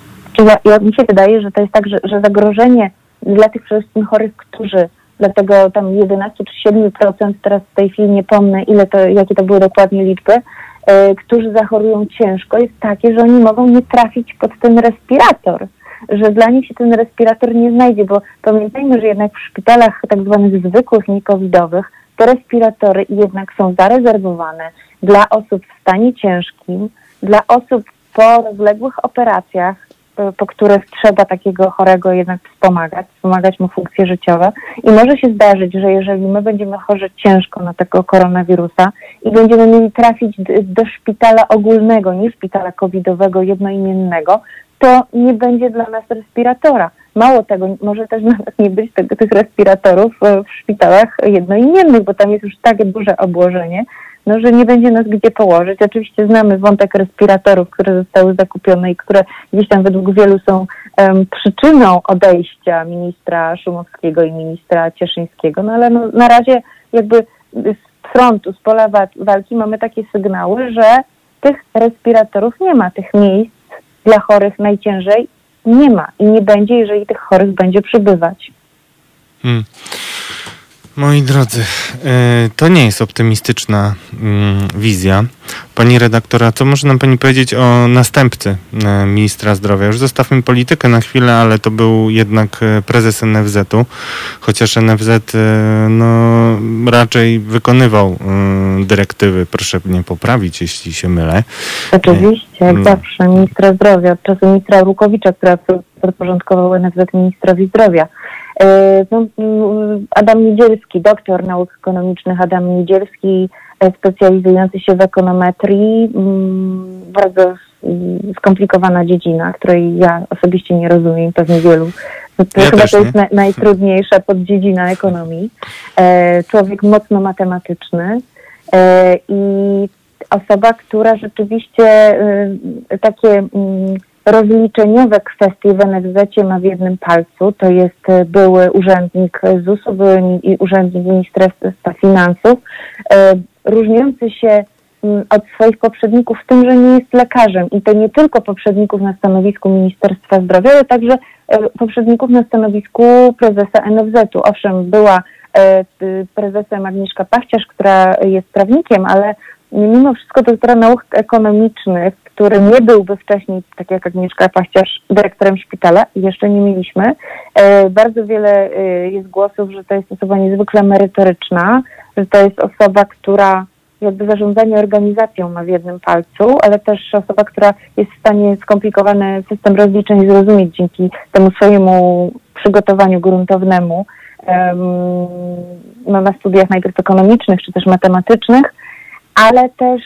Ja, ja, mi się wydaje, że to jest tak, że, że zagrożenie dla tych przede wszystkim chorych, którzy dlatego tam jedenaście czy siedem procent, teraz w tej chwili nie pomnę, ile to, jakie to były dokładnie liczby, yy, którzy zachorują ciężko, jest takie, że oni mogą nie trafić pod ten respirator, że dla nich się ten respirator nie znajdzie, bo pamiętajmy, że jednak w szpitalach tak zwanych zwykłych, nie-covidowych, te respiratory jednak są zarezerwowane dla osób w stanie ciężkim, dla osób po rozległych operacjach, po których trzeba takiego chorego jednak wspomagać, wspomagać mu funkcje życiowe. I może się zdarzyć, że jeżeli my będziemy chorzy ciężko na tego koronawirusa i będziemy mieli trafić do szpitala ogólnego, nie szpitala covidowego, jednoimiennego, to nie będzie dla nas respiratora. Mało tego, może też nawet nie być tego, tych respiratorów w szpitalach jednoimiennych, bo tam jest już tak duże obłożenie, no, że nie będzie nas gdzie położyć. Oczywiście znamy wątek respiratorów, które zostały zakupione i które gdzieś tam według wielu są um, przyczyną odejścia ministra Szumowskiego i ministra Cieszyńskiego, no ale no, na razie jakby z frontu, z pola wa- walki mamy takie sygnały, że tych respiratorów nie ma, tych miejsc dla chorych najciężej nie ma i nie będzie, jeżeli tych chorych będzie przybywać. Hmm. Moi drodzy, to nie jest optymistyczna wizja. Pani redaktora, co może nam pani powiedzieć o następcy ministra zdrowia? Już zostawmy politykę na chwilę, ale to był jednak prezes en ef zetu, chociaż en ef zet no, raczej wykonywał dyrektywy. Proszę mnie poprawić, jeśli się mylę. Oczywiście, jak zawsze, ministra zdrowia, od czasu ministra Rukowicza, który podporządkował en ef zet ministrowi zdrowia. No, Adam Niedzielski, doktor nauk ekonomicznych Adam Niedzielski, specjalizujący się w ekonometrii, bardzo skomplikowana dziedzina, której ja osobiście nie rozumiem, pewnie wielu. To ja chyba to jest na, najtrudniejsza poddziedzina ekonomii. Człowiek mocno matematyczny i osoba, która rzeczywiście takie rozliczeniowe kwestie w en ef zecie ma w jednym palcu. To jest były urzędnik zusu, były urzędnik Ministerstwa Finansów, różniący się od swoich poprzedników w tym, że nie jest lekarzem. I to nie tylko poprzedników na stanowisku Ministerstwa Zdrowia, ale także poprzedników na stanowisku prezesa en ef zetu. Owszem, była prezesem Agnieszka Pachciarz, która jest prawnikiem, ale mimo wszystko doktora nauk ekonomicznych, który nie byłby wcześniej, tak jak Agnieszka Pachciarz, dyrektorem szpitala, jeszcze nie mieliśmy. Bardzo wiele jest głosów, że to jest osoba niezwykle merytoryczna, że to jest osoba, która jakby zarządzanie organizacją ma w jednym palcu, ale też osoba, która jest w stanie skomplikowany system rozliczeń zrozumieć dzięki temu swojemu przygotowaniu gruntownemu no, na studiach najpierw ekonomicznych czy też matematycznych, ale też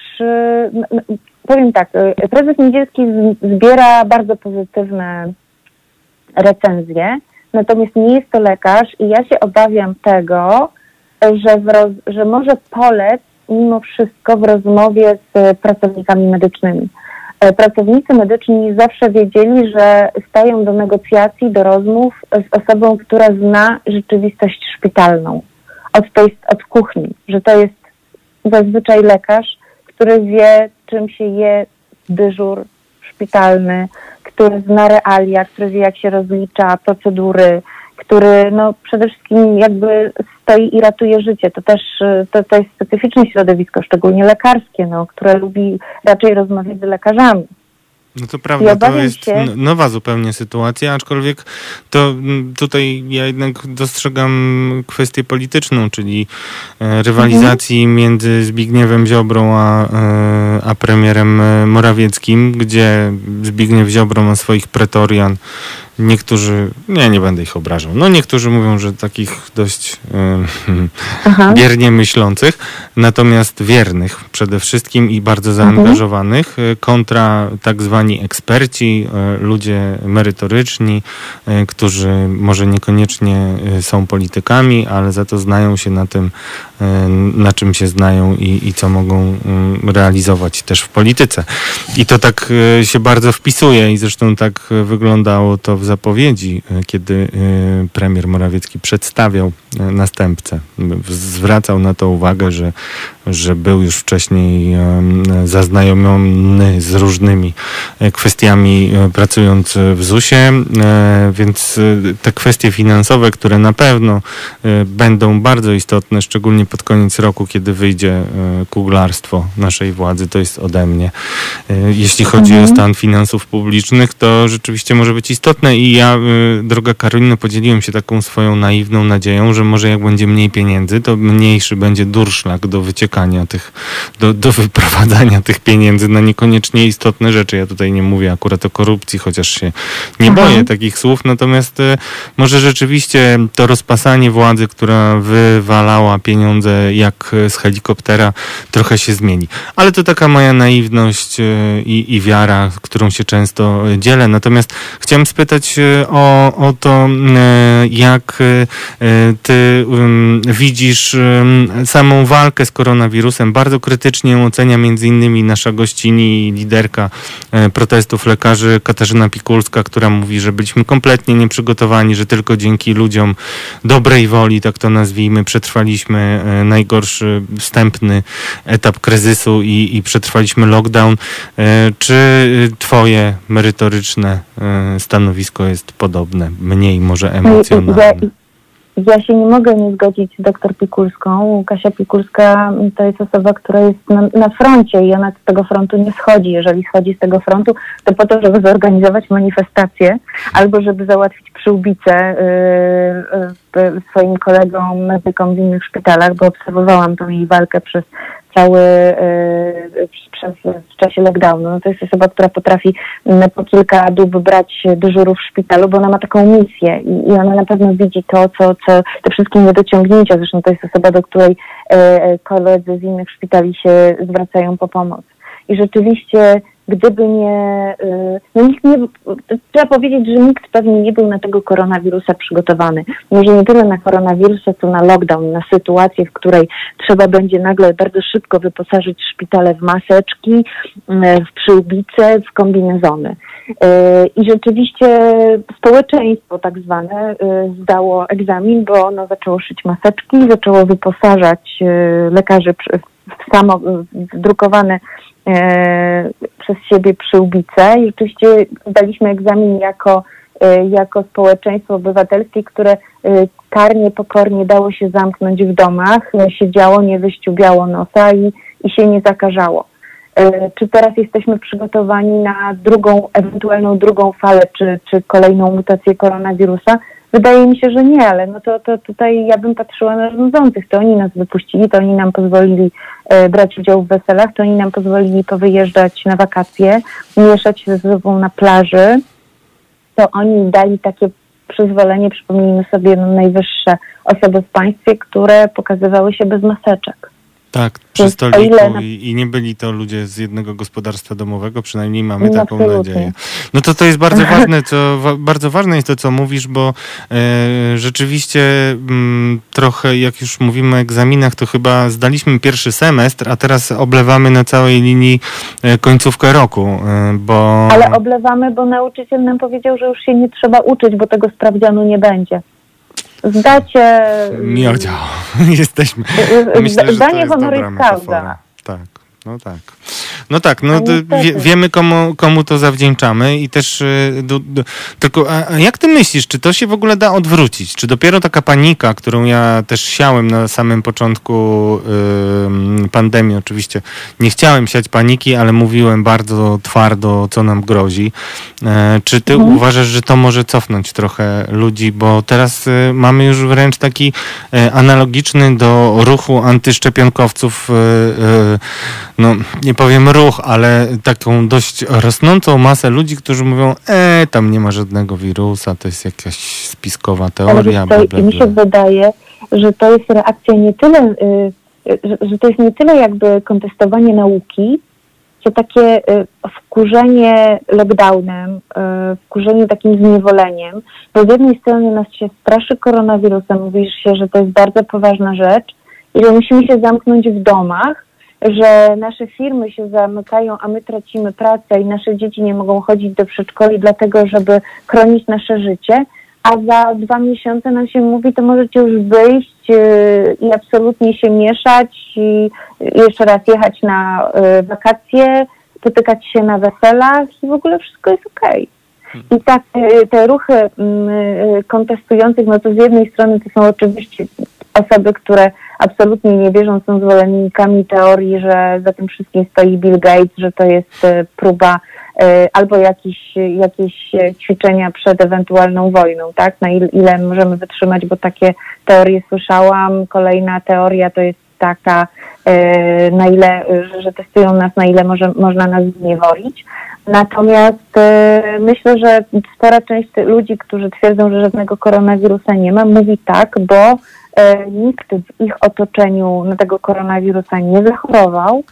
powiem tak, prezes Niedzielski zbiera bardzo pozytywne recenzje, natomiast nie jest to lekarz i ja się obawiam tego, że, w roz, że może polec mimo wszystko w rozmowie z pracownikami medycznymi. Pracownicy medyczni zawsze wiedzieli, że stają do negocjacji, do rozmów z osobą, która zna rzeczywistość szpitalną. Od, to jest od kuchni, że to jest zazwyczaj lekarz, który wie, czym się je dyżur szpitalny, który zna realia, który wie, jak się rozlicza procedury, który no, przede wszystkim jakby stoi i ratuje życie. To też to, to jest specyficzne środowisko, szczególnie lekarskie, no, które lubi raczej rozmawiać z lekarzami. No to prawda, to jest się... nowa zupełnie sytuacja, aczkolwiek to tutaj ja jednak dostrzegam kwestię polityczną, czyli rywalizacji mhm. między Zbigniewem Ziobrą a, a premierem Morawieckim, gdzie Zbigniew Ziobro ma swoich pretorian. Niektórzy, nie, nie będę ich obrażał, no niektórzy mówią, że takich dość e, biernie myślących, natomiast wiernych przede wszystkim i bardzo zaangażowanych, mhm. kontra tak zwani eksperci, e, ludzie merytoryczni, e, którzy może niekoniecznie są politykami, ale za to znają się na tym, e, na czym się znają i, i co mogą e, realizować też w polityce. I to tak e, się bardzo wpisuje i zresztą tak wyglądało to w zapowiedzi, kiedy premier Morawiecki przedstawiał następcę. Zwracał na to uwagę, że, że był już wcześniej zaznajomiony z różnymi kwestiami pracując w zusie, więc te kwestie finansowe, które na pewno będą bardzo istotne, szczególnie pod koniec roku, kiedy wyjdzie kuglarstwo naszej władzy, to jest ode mnie. Jeśli chodzi mhm. o stan finansów publicznych, to rzeczywiście może być istotne i ja, droga Karolino, podzieliłem się taką swoją naiwną nadzieją, że może jak będzie mniej pieniędzy, to mniejszy będzie durszlak do wyciekania tych, do, do wyprowadzania tych pieniędzy na niekoniecznie istotne rzeczy. Ja tutaj nie mówię akurat o korupcji, chociaż się nie Aha. boję takich słów, natomiast y, może rzeczywiście to rozpasanie władzy, która wywalała pieniądze jak z helikoptera, trochę się zmieni. Ale to taka moja naiwność y, i, i wiara, którą się często dzielę. Natomiast chciałem spytać o, o to, jak ty widzisz samą walkę z koronawirusem. Bardzo krytycznie ją ocenia między innymi nasza gościni, liderka protestów lekarzy Katarzyna Pikulska, która mówi, że byliśmy kompletnie nieprzygotowani, że tylko dzięki ludziom dobrej woli, tak to nazwijmy, przetrwaliśmy najgorszy wstępny etap kryzysu i, i przetrwaliśmy lockdown. Czy twoje merytoryczne stanowisko jest podobne, mniej może emocjonalne? Ja, ja się nie mogę nie zgodzić z doktor Pikulską. Kasia Pikulska to jest osoba, która jest na, na froncie i ona z tego frontu nie schodzi. Jeżeli schodzi z tego frontu, to po to, żeby zorganizować manifestację albo żeby załatwić przyłbicę yy, yy, swoim kolegom, medykom w innych szpitalach, bo obserwowałam tą jej walkę przez cały yy, przez, w czasie lockdownu. No to jest osoba, która potrafi yy, po kilka dób brać dyżurów w szpitalu, bo ona ma taką misję i, i ona na pewno widzi to, co, co te wszystkie niedociągnięcia. Zresztą to jest osoba, do której yy, koledzy z innych szpitali się zwracają po pomoc. I rzeczywiście gdyby nie, no nikt nie, trzeba powiedzieć, że nikt pewnie nie był na tego koronawirusa przygotowany. Może nie tyle na koronawirusa, co na lockdown, na sytuację, w której trzeba będzie nagle bardzo szybko wyposażyć szpitale w maseczki, w przyłbice, w kombinezony. I rzeczywiście społeczeństwo tak zwane zdało egzamin, bo ono zaczęło szyć maseczki, zaczęło wyposażać lekarzy w samo drukowane e, przez siebie przyłbice i rzeczywiście zdaliśmy egzamin jako jako społeczeństwo obywatelskie, które karnie, pokornie dało się zamknąć w domach, siedziało, nie wyściubiało nosa i, i się nie zakażało. Czy teraz jesteśmy przygotowani na drugą, ewentualną drugą falę, czy, czy kolejną mutację koronawirusa? Wydaje mi się, że nie, ale no to, to tutaj ja bym patrzyła na rządzących. To oni nas wypuścili, to oni nam pozwolili e, brać udział w weselach, to oni nam pozwolili powyjeżdżać na wakacje, mieszać się ze sobą na plaży. To oni dali takie przyzwolenie, przypomnijmy sobie, no, najwyższe osoby w państwie, które pokazywały się bez maseczek. Tak, przy stoliku i, i nie byli to ludzie z jednego gospodarstwa domowego, przynajmniej mamy no, taką absolutnie. nadzieję. No to to jest bardzo ważne, co, wa, bardzo ważne jest to, co mówisz, bo e, rzeczywiście m, trochę, jak już mówimy o egzaminach, to chyba zdaliśmy pierwszy semestr, a teraz oblewamy na całej linii e, końcówkę roku, e, bo... Ale oblewamy, bo nauczyciel nam powiedział, że już się nie trzeba uczyć, bo tego sprawdzianu nie będzie. Zdacie... Miodzio, jesteśmy. Myślę, że zdanie to jest honoris dobra causa. metafora. Tak. No tak. No tak, no No d- wie, wiemy komu, komu to zawdzięczamy i też y, d- d- tylko a, a jak ty myślisz, czy to się w ogóle da odwrócić? Czy dopiero taka panika, którą ja też siałem na samym początku y, pandemii, oczywiście nie chciałem siać paniki, ale mówiłem bardzo twardo, co nam grozi. E, czy ty mhm. uważasz, że to może cofnąć trochę ludzi, bo teraz y, mamy już wręcz taki y, analogiczny do ruchu antyszczepionkowców y, y, no nie powiem ruch, ale taką dość rosnącą masę ludzi, którzy mówią, e, tam nie ma żadnego wirusa, to jest jakaś spiskowa teoria, bla, bla, bla. Mi się wydaje, że to jest reakcja nie tyle, y, że, że to jest nie tyle jakby kontestowanie nauki, co takie y, wkurzenie lockdownem, y, wkurzenie takim zniewoleniem, bo z jednej strony nas się straszy koronawirusem, mówi się, że to jest bardzo poważna rzecz i że musimy się zamknąć w domach, że nasze firmy się zamykają, a my tracimy pracę i nasze dzieci nie mogą chodzić do przedszkoli dlatego, żeby chronić nasze życie, a za dwa miesiące nam się mówi, to możecie już wyjść yy, i absolutnie się mieszać i jeszcze raz jechać na yy, wakacje, spotykać się na weselach i w ogóle wszystko jest okej. Okay. I tak yy, te ruchy yy, kontestujących, no to z jednej strony to są oczywiście osoby, które absolutnie nie wierzą, są zwolennikami teorii, że za tym wszystkim stoi Bill Gates, że to jest próba albo jakieś, jakieś ćwiczenia przed ewentualną wojną, tak? Na ile, ile możemy wytrzymać, bo takie teorie słyszałam. Kolejna teoria to jest taka, na ile, że testują nas, na ile może, można nas zniewolić. Natomiast myślę, że spora część ludzi, którzy twierdzą, że żadnego koronawirusa nie ma, mówi tak, bo nikt w ich otoczeniu na tego koronawirusa nie zachorował,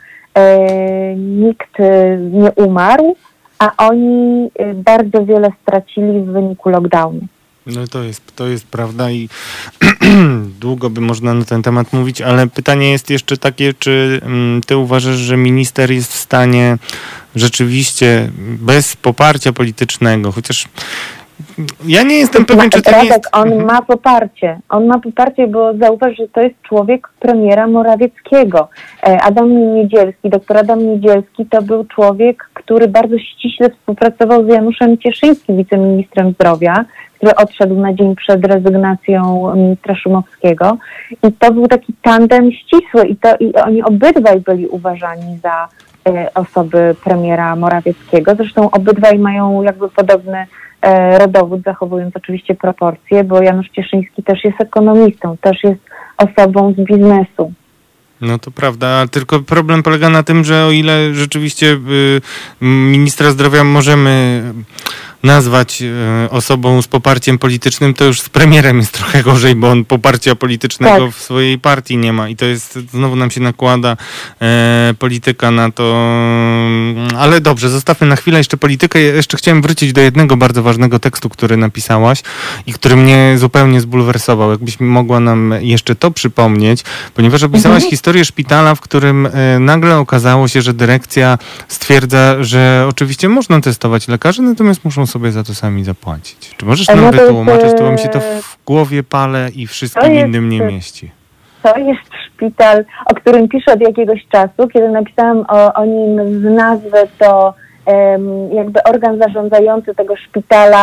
nikt nie umarł, a oni bardzo wiele stracili w wyniku lockdownu. No to jest, to jest prawda i długo by można na ten temat mówić, ale pytanie jest jeszcze takie, czy ty uważasz, że minister jest w stanie rzeczywiście bez poparcia politycznego, chociaż ja nie jestem pewien, czy to Radek, jest... on mhm. ma poparcie. On ma poparcie, bo zauważ, że to jest człowiek premiera Morawieckiego. Adam Niedzielski, doktor Adam Niedzielski to był człowiek, który bardzo ściśle współpracował z Januszem Cieszyńskim, wiceministrem zdrowia, który odszedł na dzień przed rezygnacją ministra Szumowskiego. I to był taki tandem ścisły i, to, i oni obydwaj byli uważani za e, osoby premiera Morawieckiego. Zresztą obydwaj mają jakby podobny rodowód, zachowując oczywiście proporcje, bo Janusz Cieszyński też jest ekonomistą, też jest osobą z biznesu. No to prawda, tylko problem polega na tym, że o ile rzeczywiście y, ministra zdrowia możemy nazwać y, osobą z poparciem politycznym, to już z premierem jest trochę gorzej, bo on poparcia politycznego tak. w swojej partii nie ma i to jest, znowu nam się nakłada e, polityka na to, ale dobrze, zostawmy na chwilę jeszcze politykę. Ja jeszcze chciałem wrócić do jednego bardzo ważnego tekstu, który napisałaś i który mnie zupełnie zbulwersował. Jakbyś mogła nam jeszcze to przypomnieć, ponieważ opisałaś mhm. historię szpitala, w którym e, nagle okazało się, że dyrekcja stwierdza, że oczywiście można testować lekarzy, natomiast muszą sobie za to sami zapłacić. Czy możesz nam no wytłumaczyć, to mi się to w głowie palę i wszystkim jest, innym nie mieści. To jest szpital, o którym piszę od jakiegoś czasu. Kiedy napisałam o, o nim z nazwy, to um, jakby organ zarządzający tego szpitala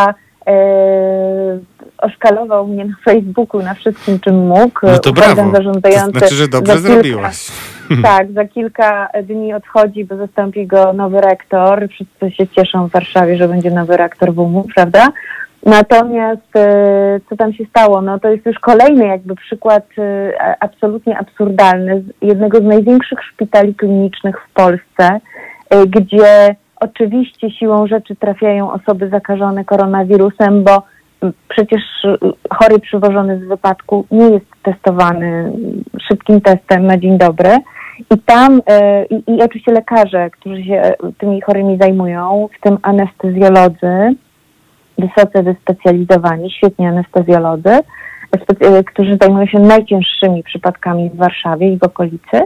oszkalował mnie na Facebooku na wszystkim, czym mógł. No to brawo. Zarządzający to znaczy, że dobrze za kilka, zrobiłaś. Tak, za kilka dni odchodzi, bo zastąpi go nowy rektor. Wszyscy się cieszą w Warszawie, że będzie nowy rektor W U M-u, prawda? Natomiast co tam się stało? No to jest już kolejny jakby przykład absolutnie absurdalny z jednego z największych szpitali klinicznych w Polsce, gdzie oczywiście siłą rzeczy trafiają osoby zakażone koronawirusem, bo przecież chory przywożony z wypadku nie jest testowany szybkim testem na dzień dobry. I tam, i, i oczywiście lekarze, którzy się tymi chorymi zajmują, w tym anestezjolodzy, wysoce wyspecjalizowani, świetni anestezjolodzy, specy- którzy zajmują się najcięższymi przypadkami w Warszawie i w okolicy.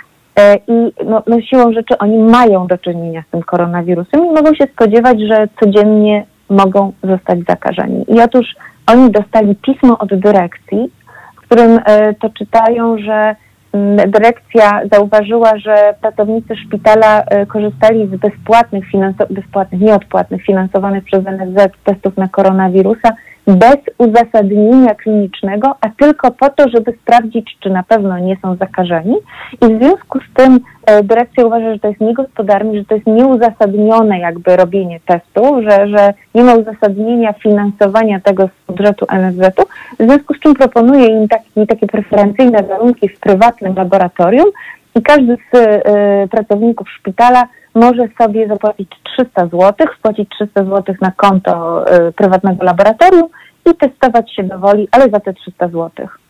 I no, no siłą rzeczy oni mają do czynienia z tym koronawirusem i mogą się spodziewać, że codziennie mogą zostać zakażeni. I otóż oni dostali pismo od dyrekcji, w którym e, to czytają, że m, dyrekcja zauważyła, że pracownicy szpitala e, korzystali z bezpłatnych, finanso- bezpłatnych, nieodpłatnych, finansowanych przez N F Z testów na koronawirusa bez uzasadnienia klinicznego, a tylko po to, żeby sprawdzić, czy na pewno nie są zakażeni. I w związku z tym e, dyrekcja uważa, że to jest niegospodarne, że to jest nieuzasadnione jakby robienie testu, że, że nie ma uzasadnienia finansowania tego z budżetu N F Z-u, w związku z czym proponuje im taki, takie preferencyjne warunki w prywatnym laboratorium i każdy z e, pracowników szpitala może sobie zapłacić trzysta złotych, wpłacić trzysta złotych na konto y, prywatnego laboratorium i testować się dowoli, ale za te trzysta złotych.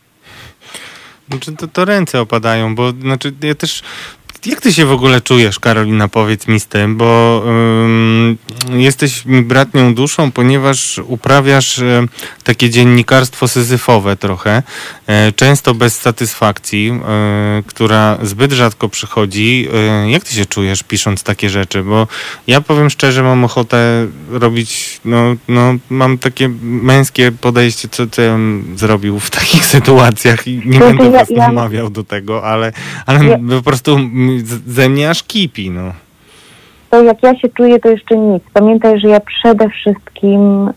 Znaczy to, to ręce opadają, bo znaczy ja też... Jak ty się w ogóle czujesz, Karolina, powiedz mi z tym, bo ym, jesteś mi bratnią duszą, ponieważ uprawiasz y, takie dziennikarstwo syzyfowe trochę, y, często bez satysfakcji, y, która zbyt rzadko przychodzi. Y, jak ty się czujesz, pisząc takie rzeczy? Bo ja powiem szczerze, mam ochotę robić, no, no mam takie męskie podejście, co, co ja bym zrobił w takich sytuacjach i nie To będę ja- was ja- namawiał do tego, ale, ale Ja- po prostu z- ze mnie aż kipi, no. To jak ja się czuję, to jeszcze nic. Pamiętaj, że ja przede wszystkim y,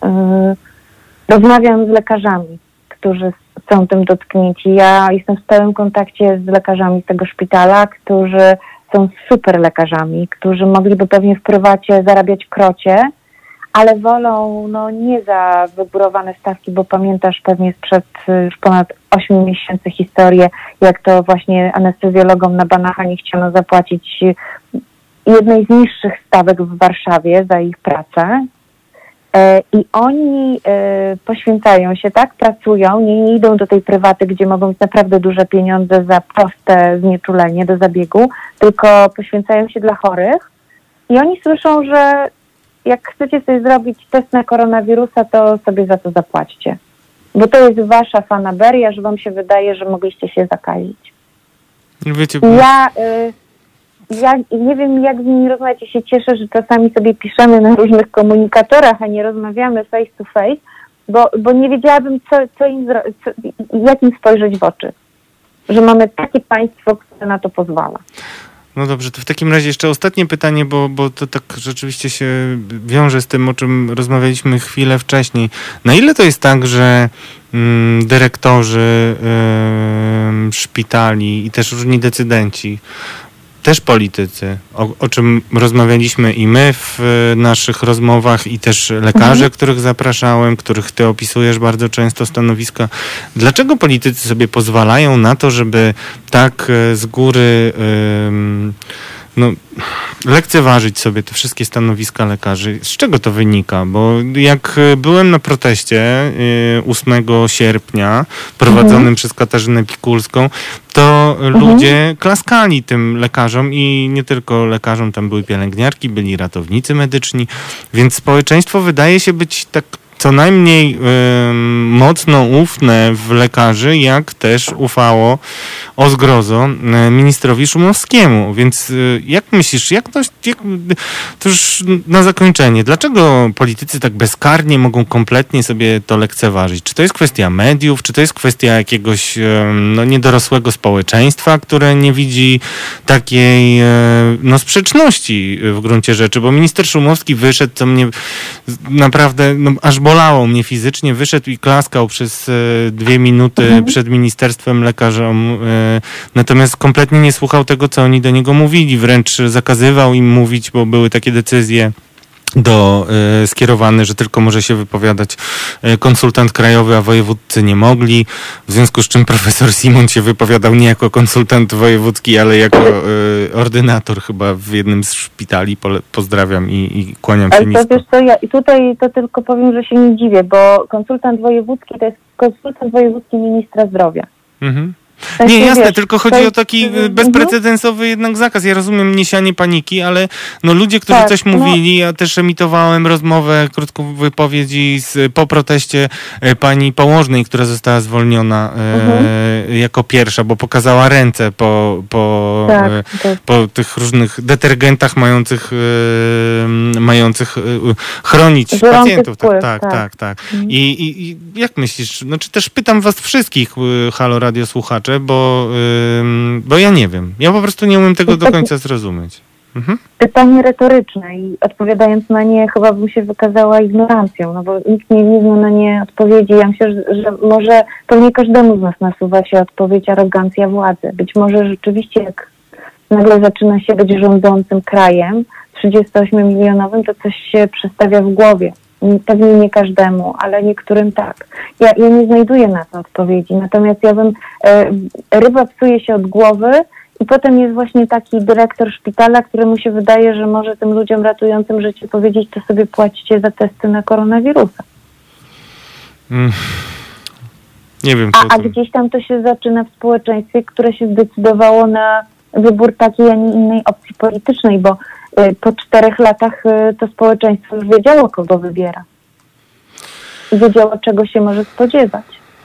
rozmawiam z lekarzami, którzy są tym dotknięci. Ja jestem w stałym kontakcie z lekarzami z tego szpitala, którzy są super lekarzami, którzy mogliby pewnie w prywacie zarabiać krocie, ale wolą no, nie za wygórowane stawki, bo pamiętasz pewnie sprzed y, już ponad ośmiu miesięcy historię, jak to właśnie anestezjologom na Banacha nie chciano zapłacić y, jednej z niższych stawek w Warszawie za ich pracę. E, I oni e, poświęcają się, tak, pracują, nie, nie idą do tej prywaty, gdzie mogą mieć naprawdę duże pieniądze za proste znieczulenie do zabiegu, tylko poświęcają się dla chorych. I oni słyszą, że jak chcecie sobie zrobić test na koronawirusa, to sobie za to zapłaćcie. Bo to jest wasza fanaberia, że wam się wydaje, że mogliście się zakazić. Wiecie, I ja, y, ja nie wiem, jak z nimi rozmawiać. Ja się cieszę, że czasami sobie piszemy na różnych komunikatorach, a nie rozmawiamy face to face, bo, bo nie wiedziałabym, co, co im zro- co, jak im spojrzeć w oczy. Że mamy takie państwo, które na to pozwala. no dobrze, to w takim razie jeszcze ostatnie pytanie, bo, bo to tak rzeczywiście się wiąże z tym, o czym rozmawialiśmy chwilę wcześniej. Na ile to jest tak, że mm, dyrektorzy ym, szpitali i też różni decydenci, też politycy, o, o czym rozmawialiśmy i my w y, naszych rozmowach i też lekarze, mhm. których zapraszałem, których ty opisujesz bardzo często stanowiska. Dlaczego politycy sobie pozwalają na to, żeby tak y, z góry y, no, lekceważyć sobie te wszystkie stanowiska lekarzy? Z czego to wynika? Bo jak byłem na proteście y, ósmego sierpnia prowadzonym mhm. przez Katarzynę Pikulską, to mhm. ludzie klaskali tym lekarzom i nie tylko lekarzom, tam były pielęgniarki, byli ratownicy medyczni, więc społeczeństwo wydaje się być tak co najmniej y, mocno ufne w lekarzy, jak też ufało o zgrozo y, ministrowi Szumowskiemu. Więc y, jak myślisz, jak to, jak, to już na zakończenie, dlaczego politycy tak bezkarnie mogą kompletnie sobie to lekceważyć? Czy to jest kwestia mediów, czy to jest kwestia jakiegoś y, no, niedorosłego społeczeństwa, które nie widzi takiej y, no, sprzeczności w gruncie rzeczy? Bo minister Szumowski wyszedł, co mnie naprawdę no, aż bolało mnie fizycznie, wyszedł i klaskał przez dwie minuty mhm. przed ministerstwem lekarzom, natomiast kompletnie nie słuchał tego, co oni do niego mówili, wręcz zakazywał im mówić, bo były takie decyzje do y, skierowane, że tylko może się wypowiadać y, konsultant krajowy, a wojewódcy nie mogli, w związku z czym profesor Simon się wypowiadał nie jako konsultant wojewódzki, ale jako y, ordynator chyba w jednym z szpitali. Pole, pozdrawiam i, i kłaniam się ale nisko. to wiesz co, ja i tutaj to tylko powiem, że się nie dziwię, bo konsultant wojewódzki to jest konsultant wojewódzki ministra zdrowia. Mhm. Nie, jasne, tylko chodzi o taki bezprecedensowy jednak zakaz. Ja rozumiem niesianie paniki, ale no ludzie, którzy tak, coś mówili, no. Ja też emitowałem rozmowę, krótką wypowiedzi z, po proteście e, pani położnej, która została zwolniona e, mhm. jako pierwsza, bo pokazała ręce po, po, tak, e, tak. po tych różnych detergentach mających e, mających e, chronić Żerący pacjentów. Wpływ, tak, tak, tak, tak. Mhm. I, i, I jak myślisz, no czy też pytam was wszystkich, Halo Radio słuchacze, Bo, yy, bo ja nie wiem. Ja po prostu nie umiem tego do końca zrozumieć. Mhm. Pytanie retoryczne i odpowiadając na nie chyba bym się wykazała ignorancją, no bo nikt nie, nie zna na nie odpowiedzi. Ja myślę, że, że może pewnie każdemu z nas nasuwa się odpowiedź arogancja władzy. Być może rzeczywiście jak nagle zaczyna się być rządzącym krajem trzydziestoośmiomilionowym, to coś się przestawia w głowie. Pewnie nie każdemu, ale niektórym tak. Ja, ja nie znajduję na to odpowiedzi. Natomiast ja bym, e, ryba psuje się od głowy i potem jest właśnie taki dyrektor szpitala, któremu się wydaje, że może tym ludziom ratującym życie powiedzieć, to sobie płacicie za testy na koronawirusa. Mm. Nie wiem. A, a gdzieś tam to się zaczyna w społeczeństwie, które się zdecydowało na wybór takiej, a nie innej opcji politycznej, bo po czterech latach to społeczeństwo już wiedziało, kogo wybiera. Wiedziało, czego się może spodziewać.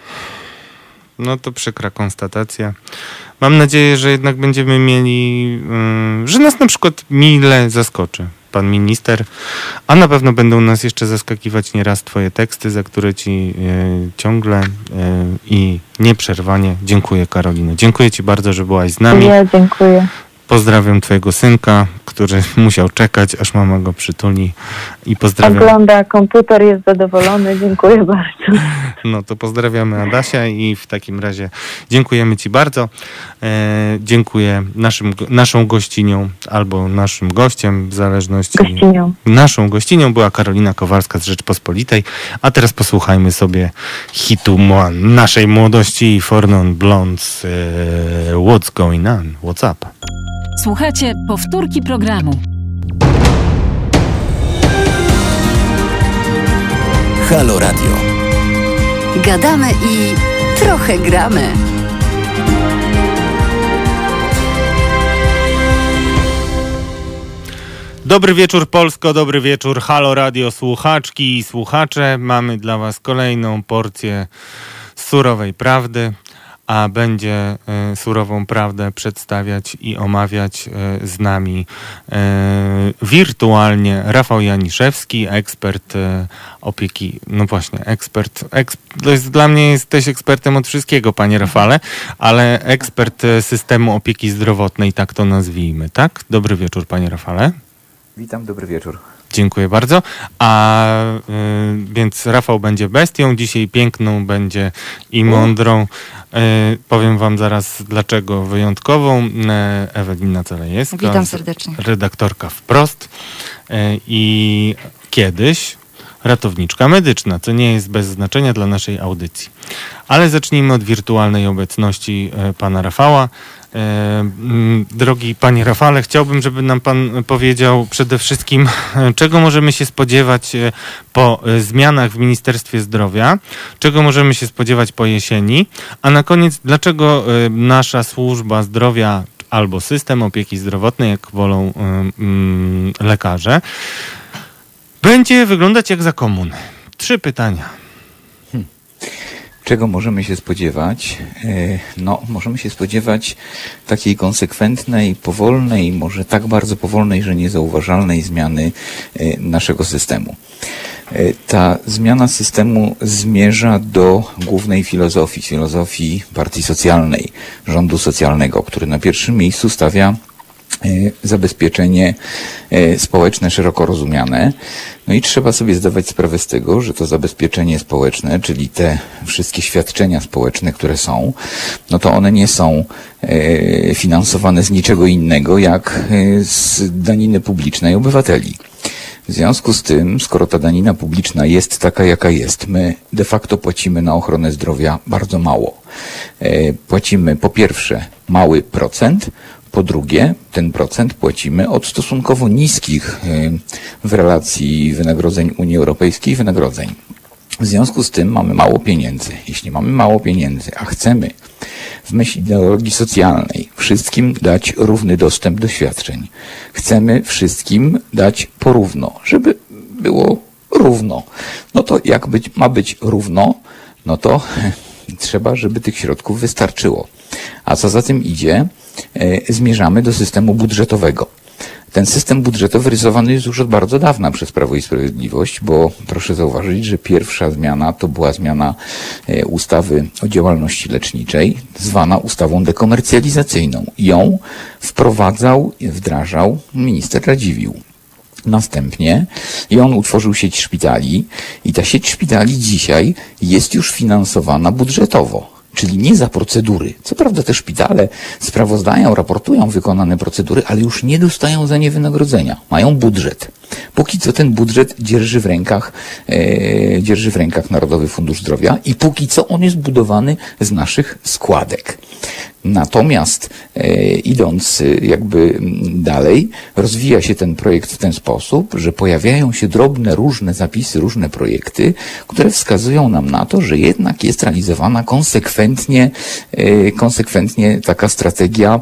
No to przykra konstatacja. Mam nadzieję, że jednak będziemy mieli, yy, że nas na przykład mile zaskoczy pan minister, a na pewno będą nas jeszcze zaskakiwać nieraz twoje teksty, za które ci yy, ciągle yy, i nieprzerwanie dziękuję, Karolino. Dziękuję ci bardzo, że byłaś z nami. Ja dziękuję. Pozdrawiam twojego synka, który musiał czekać, aż mama go przytuli i pozdrawiam. Ogląda komputer, jest zadowolony, dziękuję bardzo. No to pozdrawiamy Adasia i w takim razie dziękujemy ci bardzo. E, dziękuję naszym, naszą gościnią albo naszym gościem, w zależności. Gościnią. Naszą gościnią była Karolina Kowalska z Rzeczpospolitej, a teraz posłuchajmy sobie hitu naszej młodości For Non Blondes, e, What's Going On, What's Up. Słuchajcie powtórki programu. Halo Radio. Gadamy i trochę gramy. Dobry wieczór Polsko, dobry wieczór Halo Radio słuchaczki i słuchacze. Mamy dla was kolejną porcję surowej prawdy. A będzie y, surową prawdę przedstawiać i omawiać y, z nami y, wirtualnie Rafał Janiszewski, ekspert y, opieki, no właśnie, ekspert, eksp, to jest dla mnie, jesteś ekspertem od wszystkiego, panie Rafale, ale ekspert y, systemu opieki zdrowotnej, tak to nazwijmy, tak? Dobry wieczór, panie Rafale. Witam, dobry wieczór. Dziękuję bardzo. A y, więc Rafał będzie bestią, dzisiaj piękną będzie i mądrą. Y, powiem wam zaraz dlaczego wyjątkową. Y, Ewelina Celejewska. Witam serdecznie. Redaktorka Wprost. Y, I kiedyś ratowniczka medyczna, co nie jest bez znaczenia dla naszej audycji. Ale zacznijmy od wirtualnej obecności y, pana Rafała. Drogi panie Rafale, chciałbym, żeby nam pan powiedział przede wszystkim, czego możemy się spodziewać po zmianach w Ministerstwie Zdrowia, czego możemy się spodziewać po jesieni, a na koniec, dlaczego nasza służba zdrowia albo system opieki zdrowotnej, jak wolą um, lekarze, będzie wyglądać jak za komuny. Trzy pytania. Czego możemy się spodziewać? No, możemy się spodziewać takiej konsekwentnej, powolnej, może tak bardzo powolnej, że niezauważalnej zmiany naszego systemu. Ta zmiana systemu zmierza do głównej filozofii, filozofii partii socjalnej, rządu socjalnego, który na pierwszym miejscu stawia zabezpieczenie społeczne szeroko rozumiane. No i trzeba sobie zdawać sprawę z tego, że to zabezpieczenie społeczne, czyli te wszystkie świadczenia społeczne, które są, no to one nie są finansowane z niczego innego, jak z daniny publicznej obywateli. W związku z tym, skoro ta danina publiczna jest taka, jaka jest, my de facto płacimy na ochronę zdrowia bardzo mało. Płacimy po pierwsze mały procent, po drugie, ten procent płacimy od stosunkowo niskich w relacji wynagrodzeń Unii Europejskiej wynagrodzeń. W związku z tym mamy mało pieniędzy. Jeśli mamy mało pieniędzy, a chcemy w myśl ideologii socjalnej wszystkim dać równy dostęp do świadczeń, chcemy wszystkim dać porówno, żeby było równo, no to jak być, ma być równo, no to trzeba, żeby tych środków wystarczyło. A co za tym idzie, zmierzamy do systemu budżetowego. Ten system budżetowy rysowany jest już od bardzo dawna przez Prawo i Sprawiedliwość, bo proszę zauważyć, że pierwsza zmiana to była zmiana ustawy o działalności leczniczej, zwana ustawą dekomercjalizacyjną. Ją wprowadzał, wdrażał minister Radziwiłł. Następnie i on utworzył sieć szpitali i ta sieć szpitali dzisiaj jest już finansowana budżetowo. Czyli nie za procedury. Co prawda te szpitale sprawozdają, raportują wykonane procedury, ale już nie dostają za nie wynagrodzenia. Mają budżet. Póki co ten budżet dzierży w rękach, e, dzierży w rękach Narodowy Fundusz Zdrowia i póki co on jest budowany z naszych składek. Natomiast e, idąc jakby dalej, rozwija się ten projekt w ten sposób, że pojawiają się drobne, różne zapisy, różne projekty, które wskazują nam na to, że jednak jest realizowana konsekwentnie, e, konsekwentnie taka strategia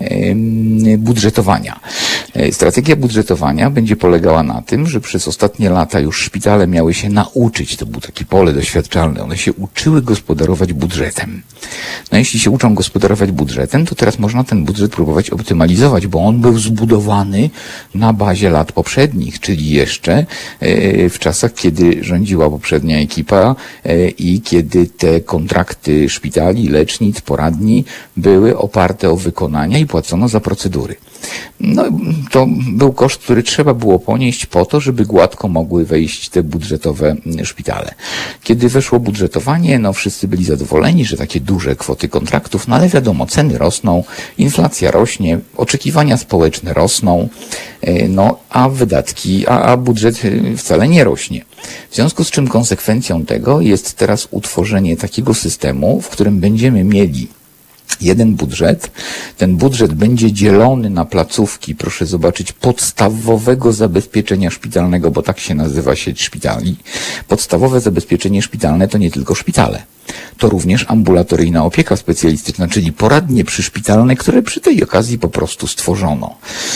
e, budżetowania. E, strategia budżetowania będzie polegała na tym, że przez ostatnie lata już szpitale miały się nauczyć, to było takie pole doświadczalne, one się uczyły gospodarować budżetem. No jeśli się uczą gospodarować budżetem, to teraz można ten budżet próbować optymalizować, bo on był zbudowany na bazie lat poprzednich, czyli jeszcze w czasach, kiedy rządziła poprzednia ekipa i kiedy te kontrakty szpitali, lecznic, poradni były oparte o wykonania i płacono za procedury. No, to był koszt, który trzeba było ponieść po to, żeby gładko mogły wejść te budżetowe szpitale. Kiedy weszło budżetowanie, no wszyscy byli zadowoleni, że takie duże kwoty kontraktów, no ale wiadomo, ceny rosną, inflacja rośnie, oczekiwania społeczne rosną, no a wydatki, a, a budżet wcale nie rośnie. W związku z czym konsekwencją tego jest teraz utworzenie takiego systemu, w którym będziemy mieli jeden budżet. Ten budżet będzie dzielony na placówki, proszę zobaczyć, podstawowego zabezpieczenia szpitalnego, bo tak się nazywa sieć szpitali. Podstawowe zabezpieczenie szpitalne to nie tylko szpitale. To również ambulatoryjna opieka specjalistyczna, czyli poradnie przyszpitalne, które przy tej okazji po prostu stworzono.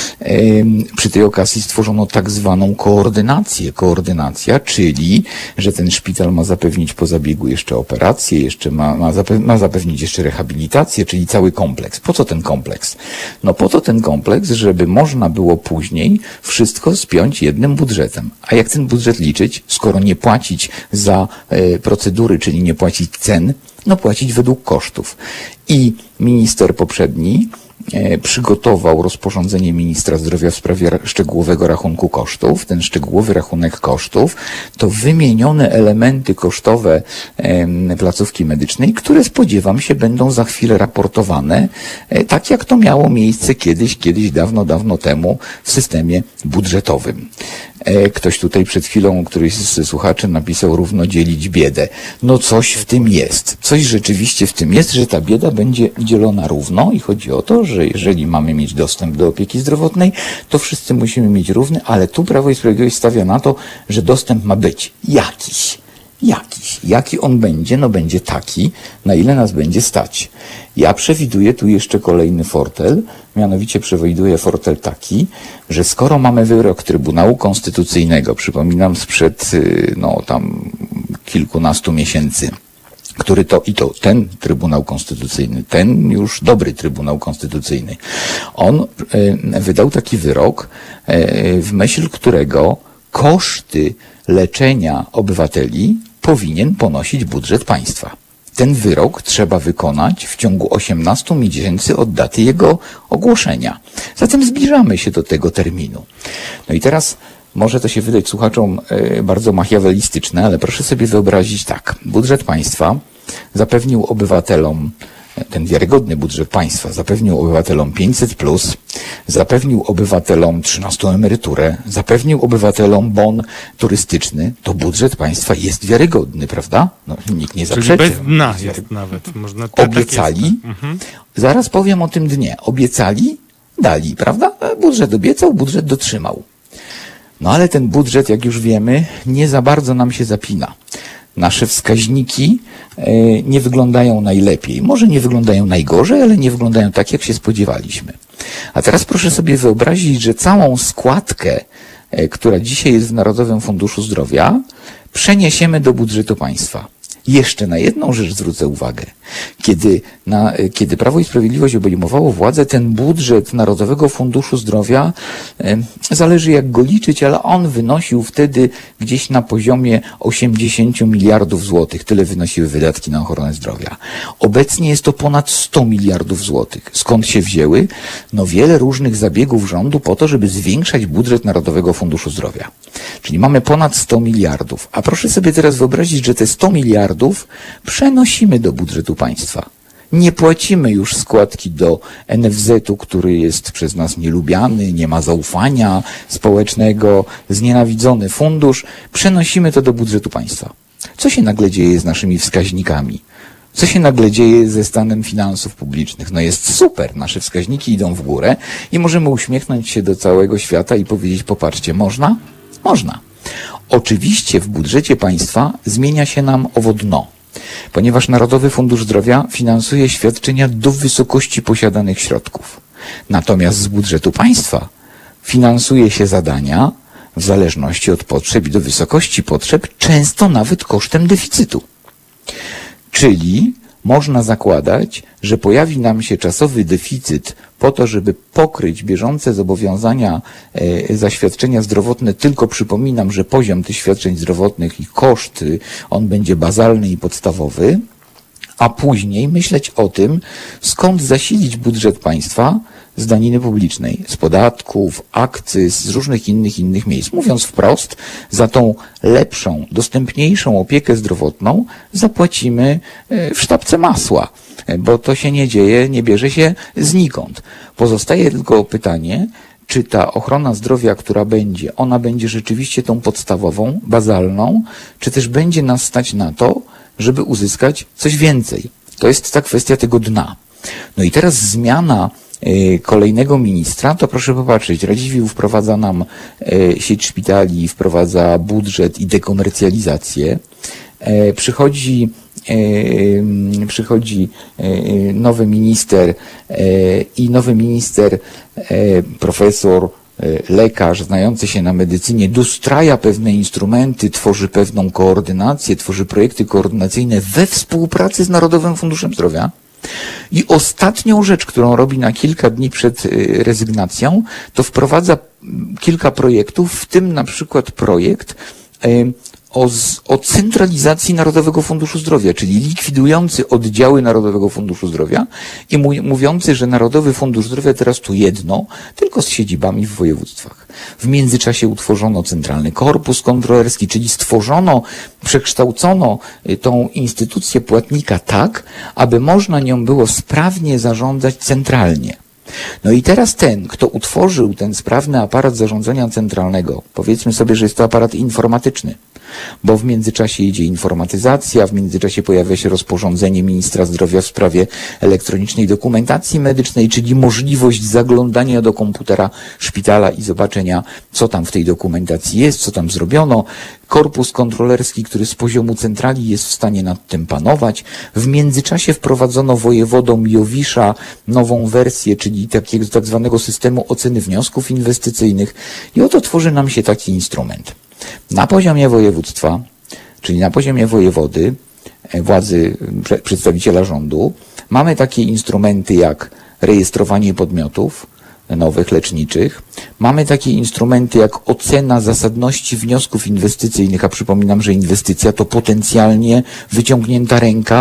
Ym, przy tej okazji stworzono tak zwaną koordynację. Koordynacja, czyli, że ten szpital ma zapewnić po zabiegu jeszcze operację, jeszcze ma, ma, zape ma zapewnić jeszcze rehabilitację, czyli cały kompleks. Po co ten kompleks? No po to ten kompleks, żeby można było później wszystko spiąć jednym budżetem. A jak ten budżet liczyć, skoro nie płacić za y, procedury, czyli nie płacić cen, no płacić według kosztów. I minister poprzedni e, przygotował rozporządzenie ministra zdrowia w sprawie ra szczegółowego rachunku kosztów. Ten szczegółowy rachunek kosztów to wymienione elementy kosztowe e, placówki medycznej, które spodziewam się będą za chwilę raportowane, e, tak jak to miało miejsce kiedyś, kiedyś dawno, dawno temu w systemie budżetowym. Ktoś tutaj przed chwilą, któryś z słuchaczy napisał równo dzielić biedę. No coś w tym jest. Coś rzeczywiście w tym jest, że ta bieda będzie dzielona równo i chodzi o to, że jeżeli mamy mieć dostęp do opieki zdrowotnej, to wszyscy musimy mieć równy, ale tu Prawo i Sprawiedliwość stawia na to, że dostęp ma być jakiś. Jakiś. Jaki on będzie? No będzie taki, na ile nas będzie stać. Ja przewiduję tu jeszcze kolejny fortel, mianowicie przewiduję fortel taki, że skoro mamy wyrok Trybunału Konstytucyjnego, przypominam sprzed no tam kilkunastu miesięcy, który to i to ten Trybunał Konstytucyjny, ten już dobry Trybunał Konstytucyjny, on e, wydał taki wyrok, e, w myśl którego koszty leczenia obywateli powinien ponosić budżet państwa. ten wyrok trzeba wykonać w ciągu osiemnastu miesięcy od daty jego ogłoszenia. Zatem zbliżamy się do tego terminu. No i teraz może to się wydać słuchaczom bardzo machiawelistyczne, ale proszę sobie wyobrazić tak. Budżet państwa zapewnił obywatelom, ten wiarygodny budżet państwa zapewnił obywatelom pięćset plus, zapewnił obywatelom trzynastą emeryturę, zapewnił obywatelom bon turystyczny. To budżet państwa jest wiarygodny, prawda? No, nikt nie zaprzeczy. Czyli bez dna jest nawet. Można tak Obiecali, jest. Mhm. zaraz powiem o tym dnie, obiecali, dali, prawda? Budżet obiecał, budżet dotrzymał. No ale ten budżet, jak już wiemy, nie za bardzo nam się zapina. Nasze wskaźniki y, nie wyglądają najlepiej. Może nie wyglądają najgorzej, ale nie wyglądają tak, jak się spodziewaliśmy. A teraz proszę sobie wyobrazić, że całą składkę, y, która dzisiaj jest w Narodowym Funduszu Zdrowia, przeniesiemy do budżetu państwa. Jeszcze na jedną rzecz zwrócę uwagę. Kiedy, na, kiedy Prawo i Sprawiedliwość obejmowało władzę, ten budżet Narodowego Funduszu Zdrowia, e, zależy jak go liczyć, ale on wynosił wtedy gdzieś na poziomie osiemdziesięciu miliardów złotych. Tyle wynosiły wydatki na ochronę zdrowia. Obecnie jest to ponad sto miliardów złotych. Skąd się wzięły? No wiele różnych zabiegów rządu po to, żeby zwiększać budżet Narodowego Funduszu Zdrowia. Czyli mamy ponad sto miliardów. A proszę sobie teraz wyobrazić, że te sto miliardów przenosimy do budżetu państwa. Nie płacimy już składki do N F Z-u, który jest przez nas nielubiany, nie ma zaufania społecznego, znienawidzony fundusz. Przenosimy to do budżetu państwa. Co się nagle dzieje z naszymi wskaźnikami? Co się nagle dzieje ze stanem finansów publicznych? No jest super, nasze wskaźniki idą w górę i możemy uśmiechnąć się do całego świata i powiedzieć, popatrzcie, można? Można. Oczywiście w budżecie państwa zmienia się nam owo dno, ponieważ Narodowy Fundusz Zdrowia finansuje świadczenia do wysokości posiadanych środków. Natomiast z budżetu państwa finansuje się zadania w zależności od potrzeb i do wysokości potrzeb, często nawet kosztem deficytu. Czyli można zakładać, że pojawi nam się czasowy deficyt po to, żeby pokryć bieżące zobowiązania e, za świadczenia zdrowotne. Tylko przypominam, że poziom tych świadczeń zdrowotnych i koszt, on będzie bazalny i podstawowy, a później myśleć o tym, skąd zasilić budżet państwa z daniny publicznej, z podatków, akcyz, z różnych innych innych miejsc. Mówiąc wprost, za tą lepszą, dostępniejszą opiekę zdrowotną zapłacimy w sztabce masła, bo to się nie dzieje, nie bierze się znikąd. Pozostaje tylko pytanie, czy ta ochrona zdrowia, która będzie, ona będzie rzeczywiście tą podstawową, bazalną, czy też będzie nas stać na to, żeby uzyskać coś więcej. To jest ta kwestia tego dna. No i teraz zmiana y, kolejnego ministra, to proszę popatrzeć, Radziwiłł wprowadza nam y, sieć szpitali, wprowadza budżet i dekomercjalizację. Y, przychodzi y, przychodzi y, nowy minister y, i nowy minister, y, profesor, lekarz znający się na medycynie dostraja pewne instrumenty, tworzy pewną koordynację, tworzy projekty koordynacyjne we współpracy z Narodowym Funduszem Zdrowia. I ostatnią rzecz, którą robi na kilka dni przed rezygnacją, to wprowadza kilka projektów, w tym na przykład projekt o, o centralizacji Narodowego Funduszu Zdrowia, czyli likwidujący oddziały Narodowego Funduszu Zdrowia i mówiący, że Narodowy Fundusz Zdrowia teraz tu jedno, tylko z siedzibami w województwach. W międzyczasie utworzono Centralny Korpus Kontrolerski, czyli stworzono, przekształcono tą instytucję płatnika tak, aby można nią było sprawnie zarządzać centralnie. No i teraz ten, kto utworzył ten sprawny aparat zarządzania centralnego, powiedzmy sobie, że jest to aparat informatyczny, bo w międzyczasie idzie informatyzacja, w międzyczasie pojawia się rozporządzenie ministra zdrowia w sprawie elektronicznej dokumentacji medycznej, czyli możliwość zaglądania do komputera szpitala i zobaczenia, co tam w tej dokumentacji jest, co tam zrobiono. Korpus kontrolerski, który z poziomu centrali jest w stanie nad tym panować. W międzyczasie wprowadzono wojewodom Jowisza nową wersję, czyli takiego tak zwanego systemu oceny wniosków inwestycyjnych. I oto tworzy nam się taki instrument. Na poziomie województwa, czyli na poziomie wojewody, władzy, przedstawiciela rządu, mamy takie instrumenty jak rejestrowanie podmiotów nowych leczniczych. Mamy takie instrumenty jak ocena zasadności wniosków inwestycyjnych, a przypominam, że inwestycja to potencjalnie wyciągnięta ręka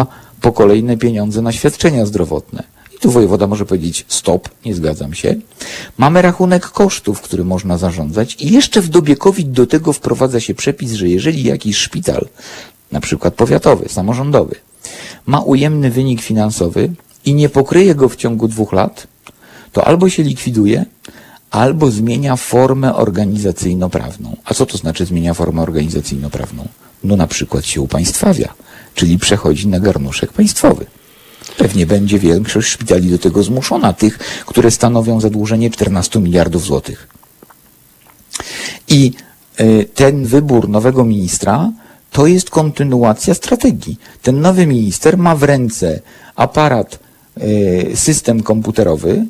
po kolejne pieniądze na świadczenia zdrowotne. I tu wojewoda może powiedzieć stop, nie zgadzam się. Mamy rachunek kosztów, który można zarządzać i jeszcze w dobie COVID do tego wprowadza się przepis, że jeżeli jakiś szpital, na przykład powiatowy, samorządowy, ma ujemny wynik finansowy i nie pokryje go w ciągu dwóch lat, to albo się likwiduje, albo zmienia formę organizacyjno-prawną. A co to znaczy zmienia formę organizacyjno-prawną? No na przykład się upaństwawia, czyli przechodzi na garnuszek państwowy. Pewnie będzie większość szpitali do tego zmuszona, tych, które stanowią zadłużenie czternaście miliardów złotych. I y, ten wybór nowego ministra to jest kontynuacja strategii. Ten nowy minister ma w ręce aparat, y, system komputerowy,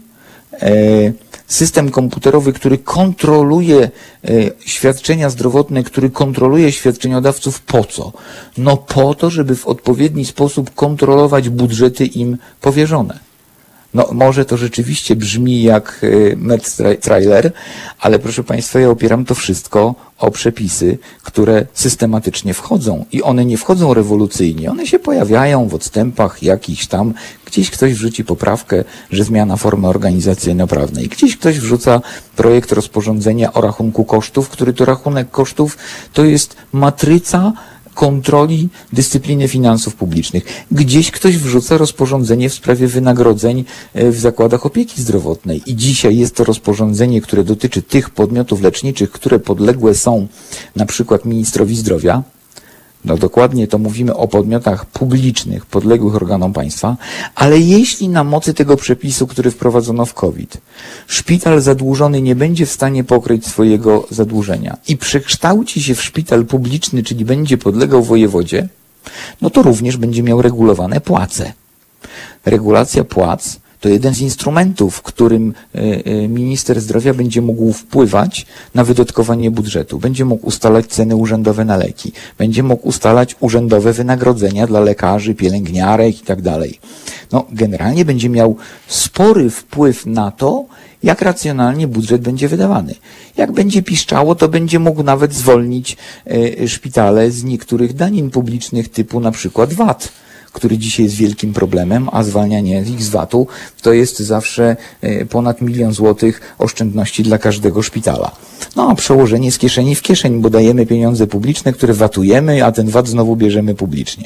y, system komputerowy, który kontroluje y, świadczenia zdrowotne, który kontroluje świadczeniodawców po co? No po to, żeby w odpowiedni sposób kontrolować budżety im powierzone. No może to rzeczywiście brzmi jak y, med-trailer, ale proszę Państwa, ja opieram to wszystko o przepisy, które systematycznie wchodzą i one nie wchodzą rewolucyjnie, one się pojawiają w odstępach jakichś tam, gdzieś ktoś wrzuci poprawkę, że zmiana formy organizacyjno-prawnej, gdzieś ktoś wrzuca projekt rozporządzenia o rachunku kosztów, który to rachunek kosztów to jest matryca kontroli dyscypliny finansów publicznych. Gdzieś ktoś wrzuca rozporządzenie w sprawie wynagrodzeń w zakładach opieki zdrowotnej i dzisiaj jest to rozporządzenie, które dotyczy tych podmiotów leczniczych, które podległe są na przykład ministrowi zdrowia. No dokładnie to mówimy o podmiotach publicznych, podległych organom państwa, ale jeśli na mocy tego przepisu, który wprowadzono w COVID, szpital zadłużony nie będzie w stanie pokryć swojego zadłużenia i przekształci się w szpital publiczny, czyli będzie podlegał wojewodzie, no to również będzie miał regulowane płace. Regulacja płac to jeden z instrumentów, którym minister zdrowia będzie mógł wpływać na wydatkowanie budżetu. Będzie mógł ustalać ceny urzędowe na leki. Będzie mógł ustalać urzędowe wynagrodzenia dla lekarzy, pielęgniarek i tak dalej. No, generalnie będzie miał spory wpływ na to, jak racjonalnie budżet będzie wydawany. Jak będzie piszczało, to będzie mógł nawet zwolnić szpitale z niektórych danin publicznych typu na przykład V A T, który dzisiaj jest wielkim problemem, a zwalnianie ich z V A T-u to jest zawsze ponad milion złotych oszczędności dla każdego szpitala. No a przełożenie z kieszeni w kieszeń, bo dajemy pieniądze publiczne, które watujemy, a ten V A T znowu bierzemy publicznie.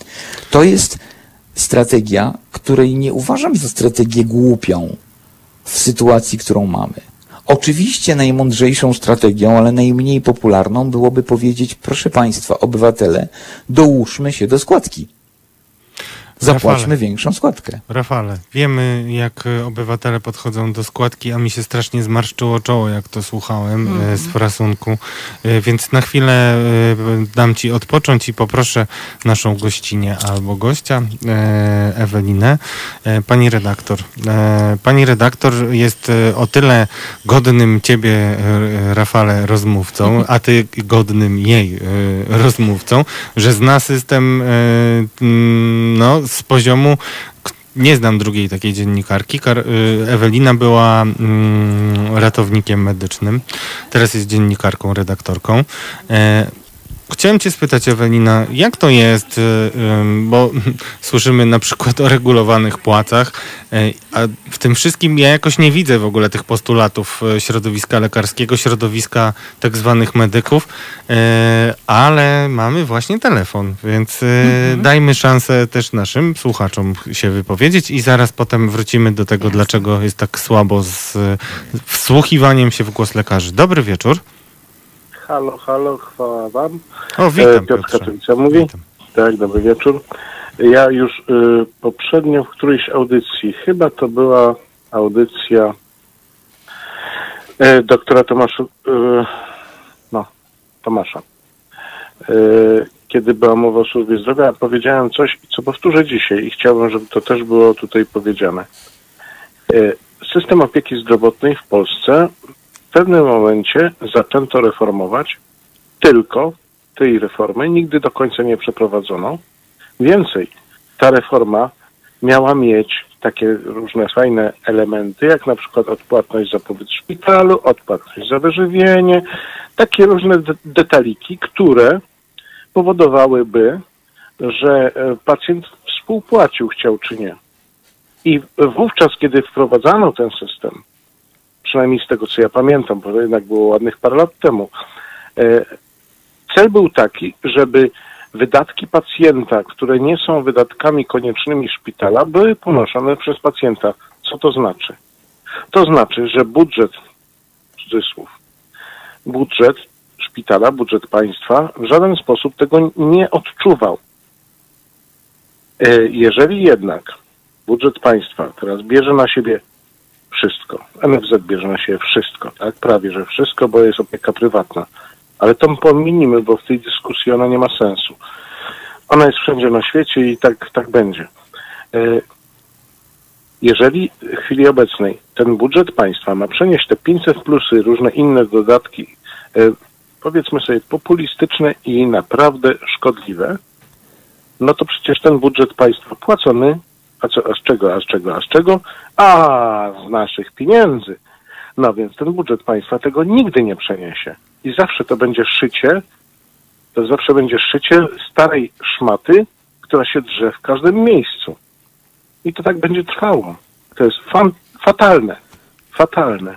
To jest strategia, której nie uważam za strategię głupią w sytuacji, którą mamy. Oczywiście najmądrzejszą strategią, ale najmniej popularną byłoby powiedzieć, proszę Państwa, obywatele, dołóżmy się do składki. Zapłaćmy Rafale, większą składkę. Rafale, wiemy jak obywatele podchodzą do składki, a mi się strasznie zmarszczyło czoło, jak to słuchałem mm. z frasunku, więc na chwilę dam Ci odpocząć i poproszę naszą gościnię albo gościa, Ewelinę. Pani redaktor, pani redaktor jest o tyle godnym Ciebie, Rafale, rozmówcą, a Ty godnym jej rozmówcą, że zna system no z poziomu, nie znam drugiej takiej dziennikarki. Ewelina była mm, ratownikiem medycznym, teraz jest dziennikarką, redaktorką. E, Chciałem Cię spytać, Ewelina, jak to jest, bo słyszymy na przykład o regulowanych płacach, a w tym wszystkim ja jakoś nie widzę w ogóle tych postulatów środowiska lekarskiego, środowiska tak zwanych medyków, ale mamy właśnie telefon, więc mhm. dajmy szansę też naszym słuchaczom się wypowiedzieć i zaraz potem wrócimy do tego, Jasne. dlaczego jest tak słabo z wsłuchiwaniem się w głos lekarzy. Dobry wieczór. Halo, halo, chwała Wam. O, witam, Piotr Kaczyńca mówi. Witam. Tak, dobry wieczór. Ja już y, poprzednio w którejś audycji, chyba to była audycja y, doktora Tomasza, y, no, Tomasza, y, kiedy była mowa o służbie zdrowia, powiedziałem coś, co powtórzę dzisiaj i chciałbym, żeby to też było tutaj powiedziane. Y, system opieki zdrowotnej w Polsce w pewnym momencie zaczęto reformować, tylko tej reformy nigdy do końca nie przeprowadzono. Więcej, ta reforma miała mieć takie różne fajne elementy, jak na przykład odpłatność za pobyt w szpitalu, odpłatność za wyżywienie, takie różne de- detaliki, które powodowałyby, że pacjent współpłacił, chciał czy nie. I wówczas, kiedy wprowadzano ten system, przynajmniej z tego, co ja pamiętam, bo to jednak było ładnych parę lat temu, cel był taki, żeby wydatki pacjenta, które nie są wydatkami koniecznymi szpitala, były ponoszone przez pacjenta. Co to znaczy? To znaczy, że budżet, cudzysłów, budżet szpitala, budżet państwa w żaden sposób tego nie odczuwał. Jeżeli jednak budżet państwa teraz bierze na siebie wszystko, N F Z bierze na siebie wszystko, tak? Prawie że wszystko, bo jest opieka prywatna. Ale to pominimy, bo w tej dyskusji ona nie ma sensu. Ona jest wszędzie na świecie i tak, tak będzie. Jeżeli w chwili obecnej ten budżet państwa ma przenieść te pięćset plusy, różne inne dodatki, powiedzmy sobie populistyczne i naprawdę szkodliwe, no to przecież ten budżet państwa płacony, a, co, a z czego, a z czego, a z czego? A z naszych pieniędzy. No więc ten budżet państwa tego nigdy nie przeniesie. I zawsze to będzie szycie, to zawsze będzie szycie starej szmaty, która się drze w każdym miejscu. I to tak będzie trwało. To jest fan, fatalne. Fatalne.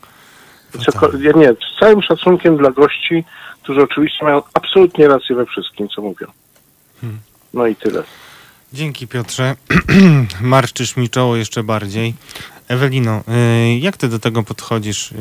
Co, ja nie, z całym szacunkiem dla gości, którzy oczywiście mają absolutnie rację we wszystkim, co mówią. Hmm. No i tyle. Dzięki, Piotrze. Marszczysz mi czoło jeszcze bardziej. Ewelino, jak ty do tego podchodzisz?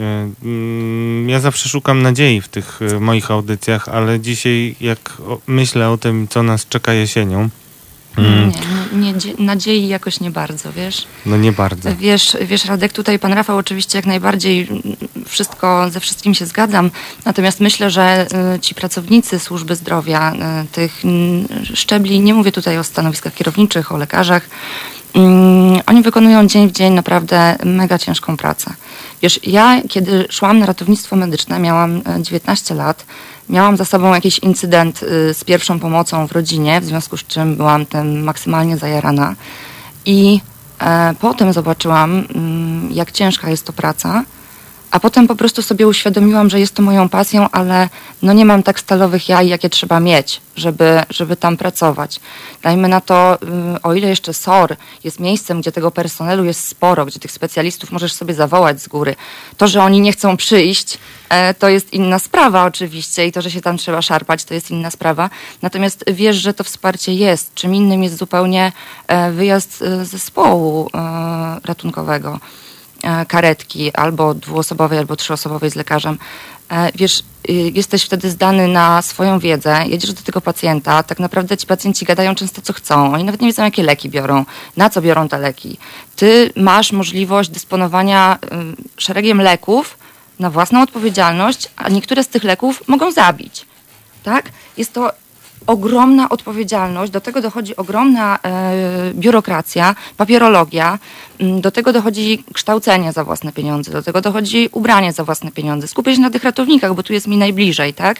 Ja zawsze szukam nadziei w tych moich audycjach, ale dzisiaj jak myślę o tym, co nas czeka jesienią, Mm. Nie, nie, nadziei jakoś nie bardzo, wiesz? No nie bardzo. Wiesz, wiesz, Radek, tutaj pan Rafał oczywiście jak najbardziej wszystko, ze wszystkim się zgadzam, natomiast myślę, że y, ci pracownicy służby zdrowia, y, tych y, szczebli, nie mówię tutaj o stanowiskach kierowniczych, o lekarzach, y, oni wykonują dzień w dzień naprawdę mega ciężką pracę. Wiesz, ja kiedy szłam na ratownictwo medyczne, miałam dziewiętnaście lat, miałam za sobą jakiś incydent z pierwszą pomocą w rodzinie, w związku z czym byłam tym maksymalnie zajarana. I e, potem zobaczyłam, m, jak ciężka jest to praca, a potem po prostu sobie uświadomiłam, że jest to moją pasją, ale no nie mam tak stalowych jaj, jakie trzeba mieć, żeby, żeby tam pracować. Dajmy na to, y, o ile jeszcze S O R jest miejscem, gdzie tego personelu jest sporo, gdzie tych specjalistów możesz sobie zawołać z góry. To, że oni nie chcą przyjść, e, to jest inna sprawa oczywiście i to, że się tam trzeba szarpać, to jest inna sprawa. Natomiast wiesz, że to wsparcie jest. Czym innym jest zupełnie e, wyjazd e, zespołu e, ratunkowego. Karetki, albo dwuosobowej, albo trzyosobowej z lekarzem. Wiesz, jesteś wtedy zdany na swoją wiedzę, jedziesz do tego pacjenta, tak naprawdę ci pacjenci gadają często co chcą, oni nawet nie wiedzą jakie leki biorą, na co biorą te leki. Ty masz możliwość dysponowania szeregiem leków na własną odpowiedzialność, a niektóre z tych leków mogą zabić. Tak? Jest to ogromna odpowiedzialność, do tego dochodzi ogromna e, biurokracja, papierologia, do tego dochodzi kształcenie za własne pieniądze, do tego dochodzi ubranie za własne pieniądze. Skupię się na tych ratownikach, bo tu jest mi najbliżej, tak?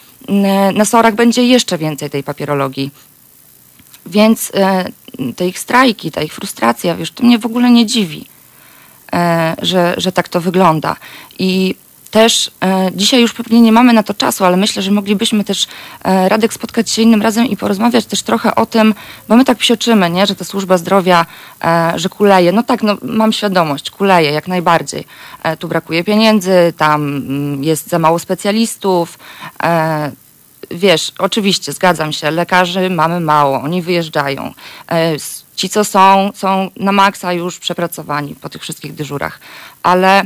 Na S O R-ach będzie jeszcze więcej tej papierologii. Więc e, te ich strajki, ta ich frustracja, wiesz, to mnie w ogóle nie dziwi, e, że, że tak to wygląda. I też e, dzisiaj już pewnie nie mamy na to czasu, ale myślę, że moglibyśmy też, e, Radek, spotkać się innym razem i porozmawiać też trochę o tym, bo my tak psioczymy, nie? Że ta służba zdrowia, e, że kuleje. No tak, no, mam świadomość, kuleje jak najbardziej. E, tu brakuje pieniędzy, tam mm, jest za mało specjalistów. E, wiesz, oczywiście, zgadzam się, lekarzy mamy mało, oni wyjeżdżają. E, ci, co są, są na maksa już przepracowani po tych wszystkich dyżurach. Ale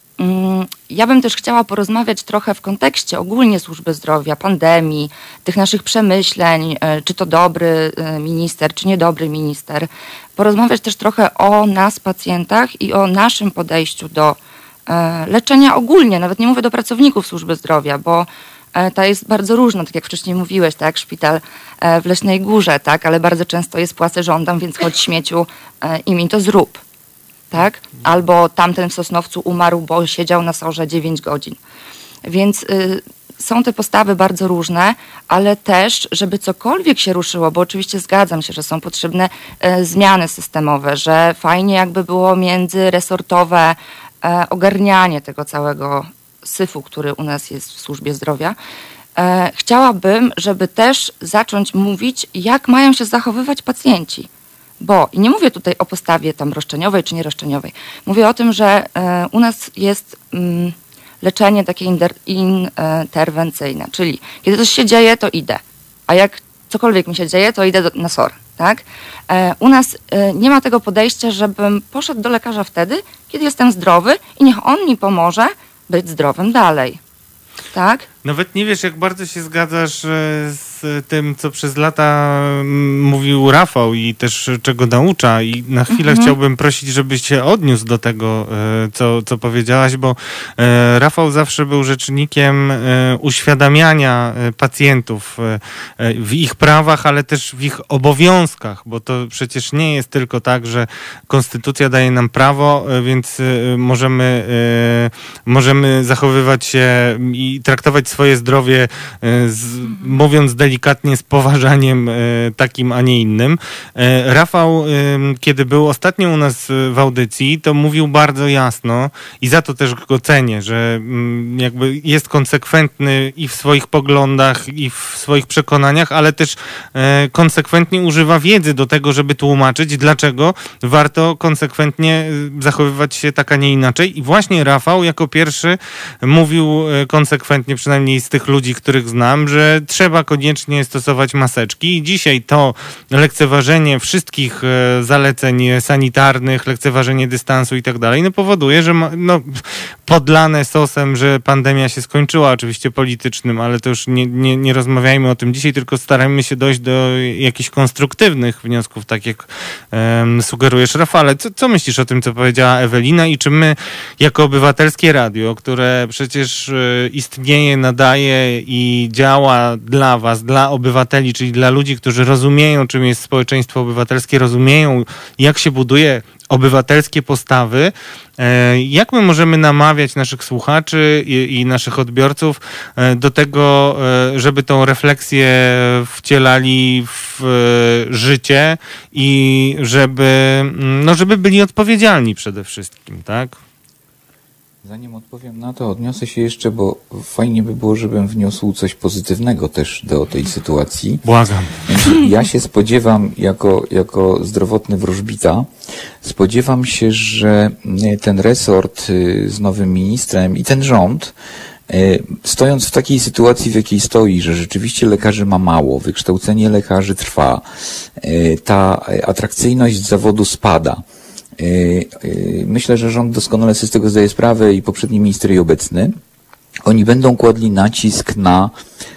ja bym też chciała porozmawiać trochę w kontekście ogólnie służby zdrowia, pandemii, tych naszych przemyśleń, czy to dobry minister, czy niedobry minister. Porozmawiać też trochę o nas, pacjentach i o naszym podejściu do leczenia ogólnie, nawet nie mówię do pracowników służby zdrowia, bo ta jest bardzo różna, tak jak wcześniej mówiłeś, tak, szpital w Leśnej Górze, tak, ale bardzo często jest płacę żądam, więc chodź śmieciu i mi to zrób. Tak? Albo tamten w Sosnowcu umarł, bo siedział na S O R-ze dziewięć godzin. Więc y, są te postawy bardzo różne, ale też, żeby cokolwiek się ruszyło, bo oczywiście zgadzam się, że są potrzebne y, zmiany systemowe, że fajnie jakby było międzyresortowe y, ogarnianie tego całego syfu, który u nas jest w służbie zdrowia. Y, chciałabym, żeby też zacząć mówić, jak mają się zachowywać pacjenci. Bo, i nie mówię tutaj o postawie tam roszczeniowej czy nieroszczeniowej, mówię o tym, że e, u nas jest mm, leczenie takie inter, interwencyjne, czyli kiedy coś się dzieje, to idę, a jak cokolwiek mi się dzieje, to idę do, na S O R, tak? E, u nas e, nie ma tego podejścia, żebym poszedł do lekarza wtedy, kiedy jestem zdrowy i niech on mi pomoże być zdrowym dalej, tak? Nawet nie wiesz, jak bardzo się zgadzasz z tym, co przez lata mówił Rafał i też czego naucza, i na chwilę mhm. chciałbym prosić, żebyś się odniósł do tego, co, co powiedziałaś, bo Rafał zawsze był rzecznikiem uświadamiania pacjentów w ich prawach, ale też w ich obowiązkach, bo to przecież nie jest tylko tak, że konstytucja daje nam prawo, więc możemy, możemy zachowywać się i traktować swoje zdrowie, z, mówiąc delikatnie, z poważaniem takim, a nie innym. Rafał, kiedy był ostatnio u nas w audycji, to mówił bardzo jasno i za to też go cenię, że jakby jest konsekwentny i w swoich poglądach, i w swoich przekonaniach, ale też konsekwentnie używa wiedzy do tego, żeby tłumaczyć, dlaczego warto konsekwentnie zachowywać się tak, a nie inaczej. I właśnie Rafał jako pierwszy mówił konsekwentnie, przynajmniej z tych ludzi, których znam, że trzeba koniecznie stosować maseczki. I dzisiaj to lekceważenie wszystkich zaleceń sanitarnych, lekceważenie dystansu i tak dalej, no powoduje, że ma, no, podlane sosem, że pandemia się skończyła, oczywiście politycznym, ale to już nie, nie, nie rozmawiajmy o tym dzisiaj, tylko starajmy się dojść do jakichś konstruktywnych wniosków, tak jak um, sugerujesz, Rafale. Co, co myślisz o tym, co powiedziała Ewelina, i czy my jako obywatelskie radio, które przecież y, istnieje, nadaje i działa dla was, dla obywateli, czyli dla ludzi, którzy rozumieją, czym jest społeczeństwo obywatelskie, rozumieją, jak się buduje obywatelskie postawy, jak my możemy namawiać naszych słuchaczy i, i naszych odbiorców do tego, żeby tą refleksję wcielali w życie i żeby, no, żeby byli odpowiedzialni przede wszystkim, tak? Zanim odpowiem na to, odniosę się jeszcze, bo fajnie by było, żebym wniósł coś pozytywnego też do tej sytuacji. Błagam. Ja się spodziewam, jako, jako zdrowotny wróżbita, spodziewam się, że ten resort z nowym ministrem i ten rząd, stojąc w takiej sytuacji, w jakiej stoi, że rzeczywiście lekarzy ma mało, wykształcenie lekarzy trwa, ta atrakcyjność zawodu spada. Myślę, że rząd doskonale sobie z tego zdaje sprawę, i poprzedni minister, i obecny. Oni będą kładli nacisk na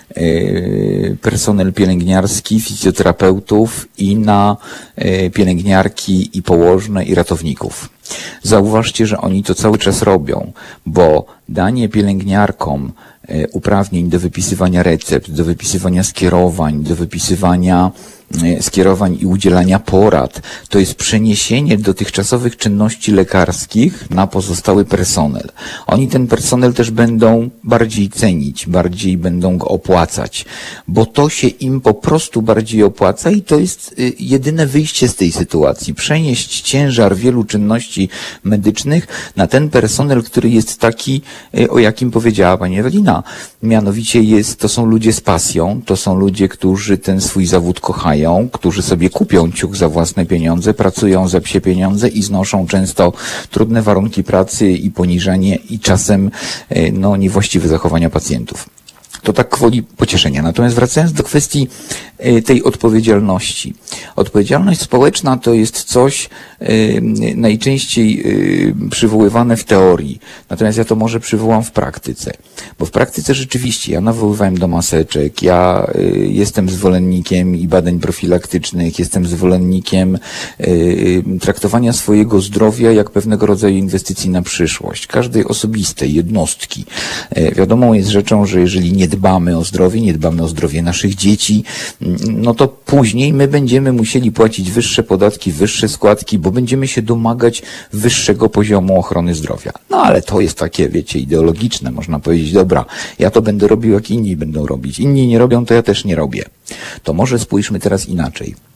personel pielęgniarski, fizjoterapeutów i na pielęgniarki i położne i ratowników. Zauważcie, że oni to cały czas robią, bo danie pielęgniarkom uprawnień do wypisywania recept, do wypisywania skierowań, do wypisywania skierowań i udzielania porad, to jest przeniesienie dotychczasowych czynności lekarskich na pozostały personel. Oni ten personel też będą bardziej cenić, bardziej będą go opłacać, bo to się im po prostu bardziej opłaca i to jest jedyne wyjście z tej sytuacji. Przenieść ciężar wielu czynności medycznych na ten personel, który jest taki, o jakim powiedziała pani Ewelina. Mianowicie jest, to są ludzie z pasją, to są ludzie, którzy ten swój zawód kochają, którzy sobie kupią ciuch za własne pieniądze, pracują za psie pieniądze i znoszą często trudne warunki pracy i poniżenie i czasem no, niewłaściwe zachowania pacjentów. To tak gwoli pocieszenia. Natomiast wracając do kwestii tej odpowiedzialności. Odpowiedzialność społeczna to jest coś najczęściej przywoływane w teorii. Natomiast ja to może przywołam w praktyce. Bo w praktyce rzeczywiście ja nawoływałem do maseczek, ja jestem zwolennikiem i badań profilaktycznych, jestem zwolennikiem traktowania swojego zdrowia jak pewnego rodzaju inwestycji na przyszłość. Każdej osobistej, jednostki. Wiadomą jest rzeczą, że jeżeli nie dbamy o zdrowie, nie dbamy o zdrowie naszych dzieci, no to później my będziemy musieli płacić wyższe podatki, wyższe składki, bo będziemy się domagać wyższego poziomu ochrony zdrowia. No ale to jest takie, wiecie, ideologiczne. Można powiedzieć, dobra, ja to będę robił, jak inni będą robić. Inni nie robią, to ja też nie robię. To może spójrzmy teraz inaczej.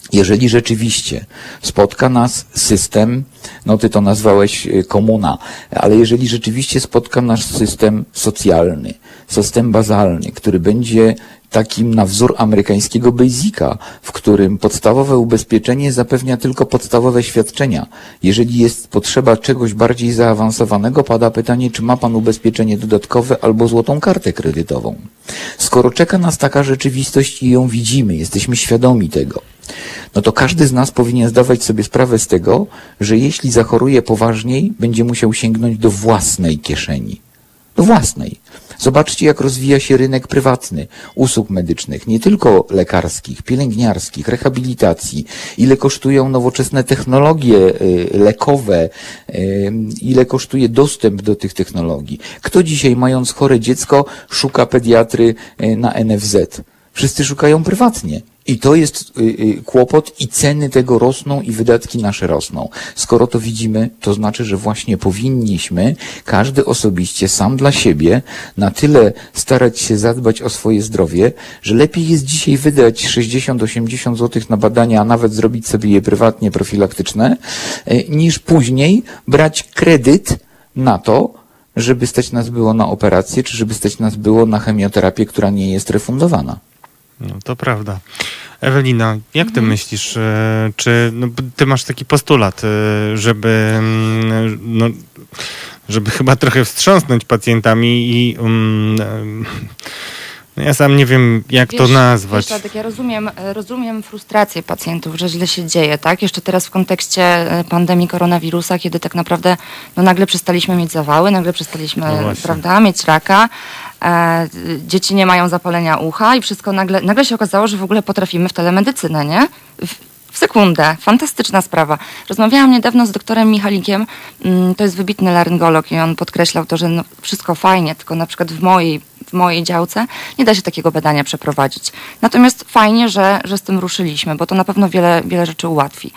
Jeżeli rzeczywiście spotka nas system, no ty to nazwałeś komuna, ale jeżeli rzeczywiście spotka nas system socjalny, system bazalny, który będzie takim na wzór amerykańskiego Basica, w którym podstawowe ubezpieczenie zapewnia tylko podstawowe świadczenia. Jeżeli jest potrzeba czegoś bardziej zaawansowanego, pada pytanie, czy ma pan ubezpieczenie dodatkowe albo złotą kartę kredytową. Skoro czeka nas taka rzeczywistość i ją widzimy, jesteśmy świadomi tego, no to każdy z nas powinien zdawać sobie sprawę z tego, że jeśli zachoruje poważniej, będzie musiał sięgnąć do własnej kieszeni. Do własnej. Zobaczcie, jak rozwija się rynek prywatny usług medycznych, nie tylko lekarskich, pielęgniarskich, rehabilitacji, ile kosztują nowoczesne technologie lekowe, ile kosztuje dostęp do tych technologii. Kto dzisiaj, mając chore dziecko, szuka pediatry na N F Z? Wszyscy szukają prywatnie. I to jest kłopot i ceny tego rosną i wydatki nasze rosną. Skoro to widzimy, to znaczy, że właśnie powinniśmy, każdy osobiście, sam dla siebie, na tyle starać się zadbać o swoje zdrowie, że lepiej jest dzisiaj wydać sześćdziesiąt osiemdziesiąt złotych na badania, a nawet zrobić sobie je prywatnie, profilaktyczne, niż później brać kredyt na to, żeby stać nas było na operację, czy żeby stać nas było na chemioterapię, która nie jest refundowana. No to prawda. Ewelina, jak ty mhm. myślisz, czy no, ty masz taki postulat, żeby no, żeby chyba trochę wstrząsnąć pacjentami i um, no ja sam nie wiem, jak wiesz, to nazwać. Wiesz, Radek, ja rozumiem, rozumiem frustrację pacjentów, że źle się dzieje, tak? Jeszcze teraz w kontekście pandemii koronawirusa, kiedy tak naprawdę no, nagle przestaliśmy mieć zawały, nagle przestaliśmy no prawda, mieć raka, e, dzieci nie mają zapalenia ucha i wszystko nagle, nagle się okazało, że w ogóle potrafimy w telemedycynę, nie? W, w sekundę. Fantastyczna sprawa. Rozmawiałam niedawno z doktorem Michalikiem, to jest wybitny laryngolog i on podkreślał to, że no, wszystko fajnie, tylko na przykład w mojej w mojej działce nie da się takiego badania przeprowadzić. Natomiast fajnie, że, że z tym ruszyliśmy, bo to na pewno wiele, wiele rzeczy ułatwi.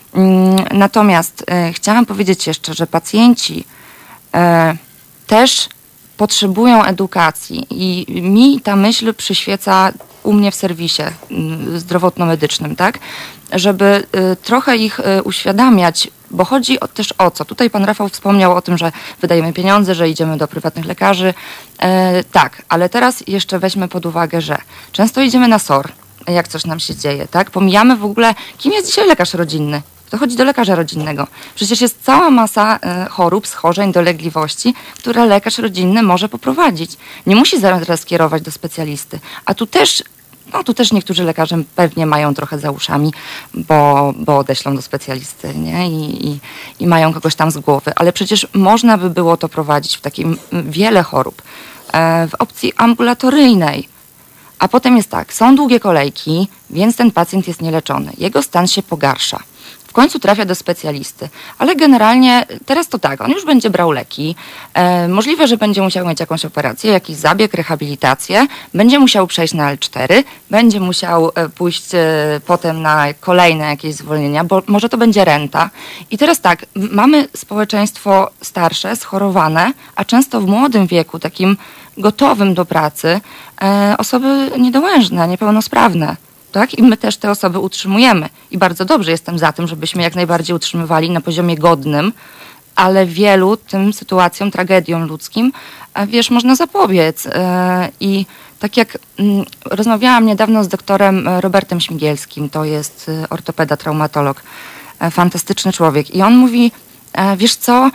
Natomiast e, chciałam powiedzieć jeszcze, że pacjenci e, też potrzebują edukacji i mi ta myśl przyświeca u mnie w serwisie zdrowotno-medycznym, tak? Żeby y, trochę ich y, uświadamiać, bo chodzi o, też o co? Tutaj pan Rafał wspomniał o tym, że wydajemy pieniądze, że idziemy do prywatnych lekarzy. E, tak, ale teraz jeszcze weźmy pod uwagę, że często idziemy na S O R, jak coś nam się dzieje, tak? Pomijamy w ogóle, kim jest dzisiaj lekarz rodzinny. To chodzi do lekarza rodzinnego. Przecież jest cała masa y, chorób, schorzeń, dolegliwości, które lekarz rodzinny może poprowadzić. Nie musi zaraz kierować do specjalisty. A tu też, no tu też niektórzy lekarze pewnie mają trochę za uszami, bo, bo odeślą do specjalisty, nie? I, i, i mają kogoś tam z głowy. Ale przecież można by było to prowadzić w takim wiele chorób, e, w opcji ambulatoryjnej. A potem jest tak, są długie kolejki, więc ten pacjent jest nieleczony. Jego stan się pogarsza. W końcu trafia do specjalisty, ale generalnie teraz to tak, on już będzie brał leki, e, możliwe, że będzie musiał mieć jakąś operację, jakiś zabieg, rehabilitację, będzie musiał przejść na L cztery, będzie musiał e, pójść e, potem na kolejne jakieś zwolnienia, bo może to będzie renta. I teraz tak, mamy społeczeństwo starsze, schorowane, a często w młodym wieku, takim gotowym do pracy, e, osoby niedołężne, niepełnosprawne. Tak? I my też te osoby utrzymujemy. I bardzo dobrze jestem za tym, żebyśmy jak najbardziej utrzymywali na poziomie godnym, ale wielu tym sytuacjom, tragediom ludzkim, wiesz, można zapobiec. I tak jak rozmawiałam niedawno z doktorem Robertem Śmigielskim, to jest ortopeda, traumatolog, fantastyczny człowiek. I on mówi, wiesz co,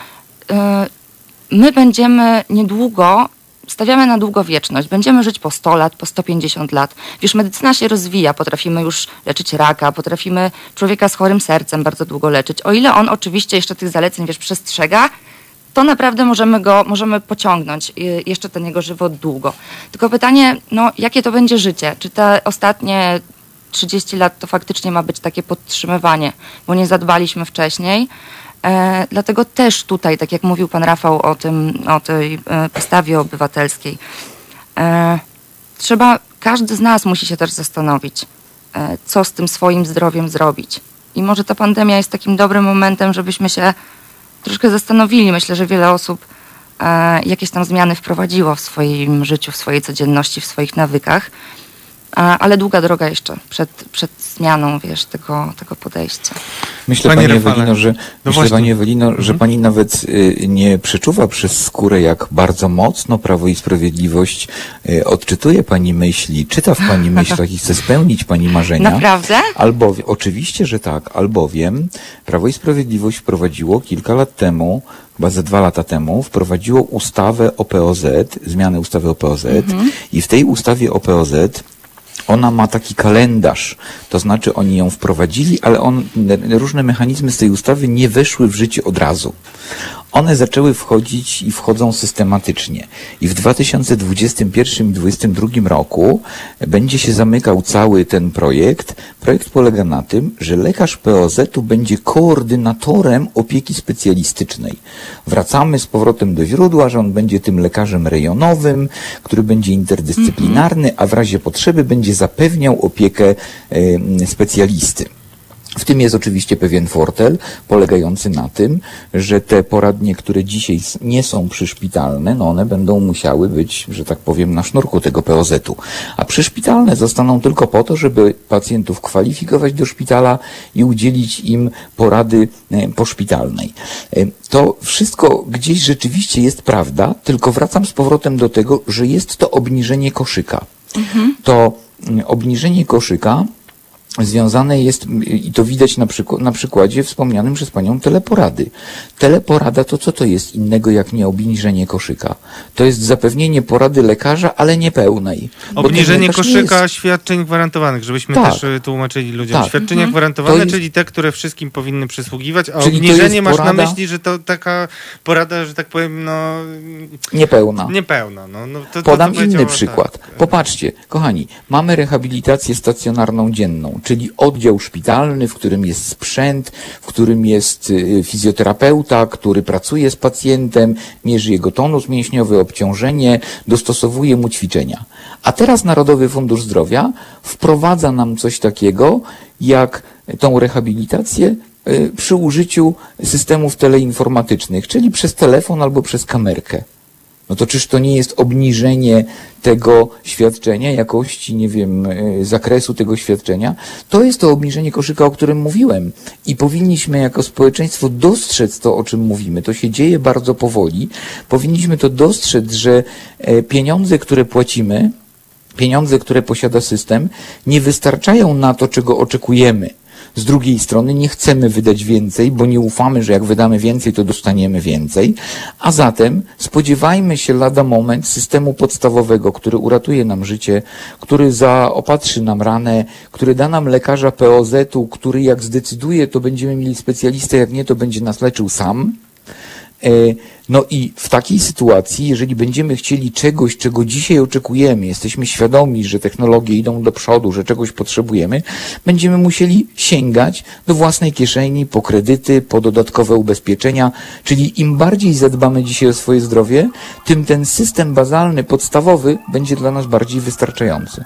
my będziemy niedługo, stawiamy na długowieczność. Będziemy żyć po sto lat, po sto pięćdziesiąt lat. Wiesz, medycyna się rozwija. Potrafimy już leczyć raka, potrafimy człowieka z chorym sercem bardzo długo leczyć. O ile on oczywiście jeszcze tych zaleceń, wiesz, przestrzega, to naprawdę możemy go, możemy pociągnąć jeszcze ten jego żywot długo. Tylko pytanie, no jakie to będzie życie? Czy te ostatnie trzydzieści lat to faktycznie ma być takie podtrzymywanie, bo nie zadbaliśmy wcześniej? E, dlatego też tutaj, tak jak mówił pan Rafał o tym, o tej e, postawie obywatelskiej, e, trzeba, każdy z nas musi się też zastanowić, e, co z tym swoim zdrowiem zrobić. I może ta pandemia jest takim dobrym momentem, żebyśmy się troszkę zastanowili. Myślę, że wiele osób e, jakieś tam zmiany wprowadziło w swoim życiu, w swojej codzienności, w swoich nawykach. A, ale długa droga jeszcze przed, przed zmianą, wiesz, tego, tego podejścia. Myślę, Panie Pani Rafale, Ewelino, że, no myślę, właśnie. Pani Ewelino, że Mhm. Pani nawet y, nie przeczuwa przez skórę, jak bardzo mocno Prawo i Sprawiedliwość y, odczytuje Pani myśli, czyta w Pani myślach i chce spełnić Pani marzenia. Naprawdę? Albowiem, oczywiście, że tak, albowiem Prawo i Sprawiedliwość wprowadziło kilka lat temu, chyba ze dwa lata temu, wprowadziło ustawę o P O Z, zmianę ustawy o P O Z Mhm. i w tej ustawie o P O Z ona ma taki kalendarz, to znaczy oni ją wprowadzili, ale on, różne mechanizmy z tej ustawy nie weszły w życie od razu. One zaczęły wchodzić i wchodzą systematycznie. I w dwa tysiące dwudziestym pierwszym i dwa tysiące dwudziestym drugim roku będzie się zamykał cały ten projekt. Projekt polega na tym, że lekarz P O Z-u będzie koordynatorem opieki specjalistycznej. Wracamy z powrotem do źródła, że on będzie tym lekarzem rejonowym, który będzie interdyscyplinarny, a w razie potrzeby będzie zapewniał opiekę e, specjalisty. W tym jest oczywiście pewien fortel polegający na tym, że te poradnie, które dzisiaj nie są przyszpitalne, no one będą musiały być, że tak powiem, na sznurku tego P O Z-u. A przyszpitalne zostaną tylko po to, żeby pacjentów kwalifikować do szpitala i udzielić im porady poszpitalnej. To wszystko gdzieś rzeczywiście jest prawda, tylko wracam z powrotem do tego, że jest to obniżenie koszyka. Mhm. To obniżenie koszyka związane jest, i to widać na, przyk- na przykładzie wspomnianym przez Panią teleporady. Teleporada to co to jest innego jak nie obniżenie koszyka? To jest zapewnienie porady lekarza, ale niepełnej. Obniżenie koszyka jest... świadczeń gwarantowanych, żebyśmy tak. też tłumaczyli ludziom. Tak. Świadczenia Mhm. gwarantowane, jest... czyli te, które wszystkim powinny przysługiwać, a czyli obniżenie masz porada... na myśli, że to taka porada, że tak powiem, no... Niepełna. Niepełna. No, no, to, Podam to, to inny przykład. Tak. Popatrzcie, kochani, mamy rehabilitację stacjonarną dzienną, czyli oddział szpitalny, w którym jest sprzęt, w którym jest fizjoterapeuta, który pracuje z pacjentem, mierzy jego tonus mięśniowy, obciążenie, dostosowuje mu ćwiczenia. A teraz Narodowy Fundusz Zdrowia wprowadza nam coś takiego, jak tą rehabilitację przy użyciu systemów teleinformatycznych, czyli przez telefon albo przez kamerkę. No to czyż to nie jest obniżenie tego świadczenia, jakości, nie wiem, zakresu tego świadczenia? To jest to obniżenie koszyka, o którym mówiłem. I powinniśmy jako społeczeństwo dostrzec to, o czym mówimy. To się dzieje bardzo powoli. Powinniśmy to dostrzec, że pieniądze, które płacimy, pieniądze, które posiada system, nie wystarczają na to, czego oczekujemy. Z drugiej strony nie chcemy wydać więcej, bo nie ufamy, że jak wydamy więcej, to dostaniemy więcej. A zatem spodziewajmy się lada moment systemu podstawowego, który uratuje nam życie, który zaopatrzy nam ranę, który da nam lekarza P O Z-u, który jak zdecyduje, to będziemy mieli specjalistę, jak nie, to będzie nas leczył sam. No i w takiej sytuacji, jeżeli będziemy chcieli czegoś, czego dzisiaj oczekujemy, jesteśmy świadomi, że technologie idą do przodu, że czegoś potrzebujemy, będziemy musieli sięgać do własnej kieszeni po kredyty, po dodatkowe ubezpieczenia, czyli im bardziej zadbamy dzisiaj o swoje zdrowie, tym ten system bazalny, podstawowy będzie dla nas bardziej wystarczający.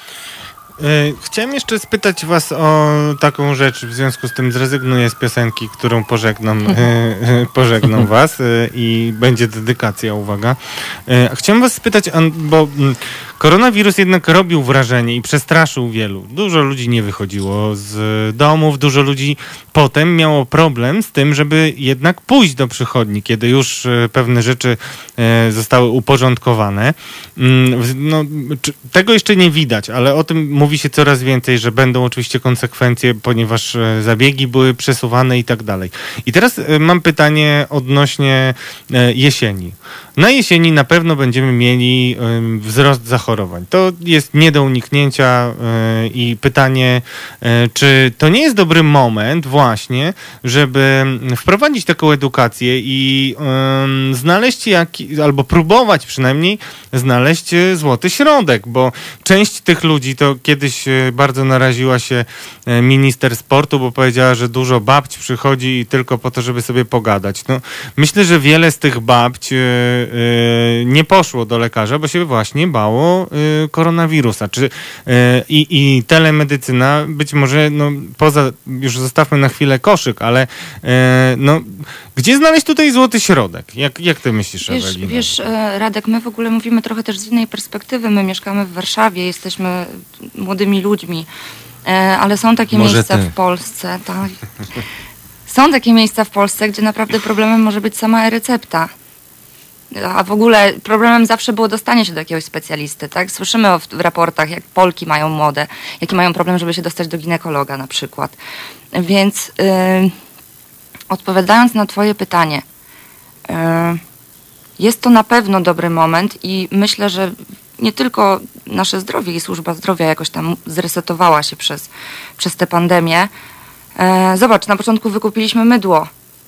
Chciałem jeszcze spytać was o taką rzecz, w związku z tym zrezygnuję z piosenki, którą pożegnam, pożegnam was i będzie dedykacja, uwaga. Chciałem was spytać, bo koronawirus jednak robił wrażenie i przestraszył wielu. Dużo ludzi nie wychodziło z domów, dużo ludzi potem miało problem z tym, żeby jednak pójść do przychodni, kiedy już pewne rzeczy zostały uporządkowane. No, tego jeszcze nie widać, ale o tym mówi się coraz więcej, że będą oczywiście konsekwencje, ponieważ zabiegi były przesuwane i tak dalej. I teraz mam pytanie odnośnie jesieni. Na jesieni na pewno będziemy mieli wzrost zachorowań. To jest nie do uniknięcia i pytanie, czy to nie jest dobry moment właśnie, żeby wprowadzić taką edukację i znaleźć jaki, albo próbować przynajmniej znaleźć złoty środek, bo część tych ludzi to kiedyś bardzo naraziła się minister sportu, bo powiedziała, że dużo babć przychodzi tylko po to, żeby sobie pogadać. No, myślę, że wiele z tych babć nie poszło do lekarza, bo się właśnie bało tego y, koronawirusa. Czy, y, i, I telemedycyna, być może, no, poza, już zostawmy na chwilę koszyk, ale y, no, gdzie znaleźć tutaj złoty środek? Jak, jak ty myślisz, Wiesz, Ewelino? wiesz, Radek, my w ogóle mówimy trochę też z innej perspektywy. My mieszkamy w Warszawie, jesteśmy młodymi ludźmi, ale są takie Może miejsca ty. w Polsce, tak. Są takie miejsca w Polsce, gdzie naprawdę problemem może być sama e-recepta. A w ogóle problemem zawsze było dostanie się do jakiegoś specjalisty, tak? Słyszymy o, w, w raportach, jak Polki mają młode, jaki mają problem, żeby się dostać do ginekologa na przykład. Więc yy, odpowiadając na twoje pytanie, yy, jest to na pewno dobry moment i myślę, że nie tylko nasze zdrowie i służba zdrowia jakoś tam zresetowała się przez, przez tę pandemię. Yy, zobacz, na początku wykupiliśmy mydło.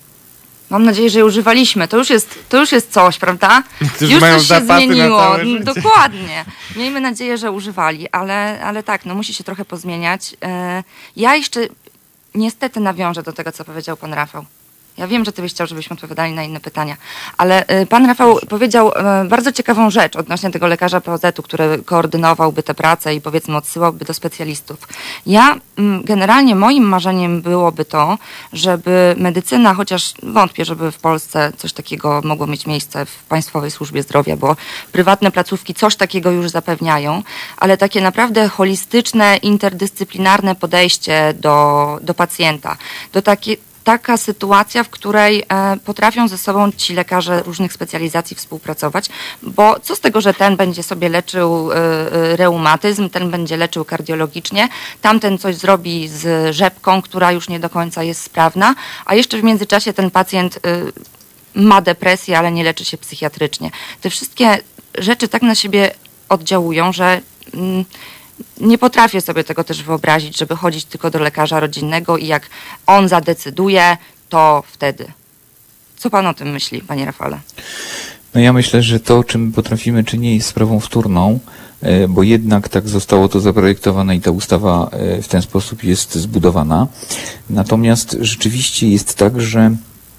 Mam nadzieję, że je używaliśmy. To już jest, to już jest coś, prawda? Którzy już mają coś się zapasy na zmieniło. całe życie. Dokładnie. Miejmy nadzieję, że używali, ale, ale tak, no musi się trochę pozmieniać. Ja jeszcze niestety nawiążę do tego, co powiedział pan Rafał. Ja wiem, że ty byś chciał, żebyśmy odpowiadali na inne pytania, ale pan Rafał powiedział bardzo ciekawą rzecz odnośnie tego lekarza P O Z-u, który koordynowałby tę pracę i powiedzmy odsyłałby do specjalistów. Ja generalnie moim marzeniem byłoby to, żeby medycyna, chociaż wątpię, żeby w Polsce coś takiego mogło mieć miejsce w Państwowej Służbie Zdrowia, bo prywatne placówki coś takiego już zapewniają, ale takie naprawdę holistyczne, interdyscyplinarne podejście do, do pacjenta, do takiej taka sytuacja, w której e, potrafią ze sobą ci lekarze różnych specjalizacji współpracować, bo co z tego, że ten będzie sobie leczył e, e, reumatyzm, ten będzie leczył kardiologicznie, tamten coś zrobi z rzepką, która już nie do końca jest sprawna, a jeszcze w międzyczasie ten pacjent e, ma depresję, ale nie leczy się psychiatrycznie. Te wszystkie rzeczy tak na siebie oddziałują, że mm, nie potrafię sobie tego też wyobrazić, żeby chodzić tylko do lekarza rodzinnego i jak on zadecyduje, to wtedy. Co pan o tym myśli, panie Rafale? No ja myślę, że to, czym potrafimy, czy nie jest sprawą wtórną, bo jednak tak zostało to zaprojektowane i ta ustawa w ten sposób jest zbudowana. Natomiast rzeczywiście jest tak, że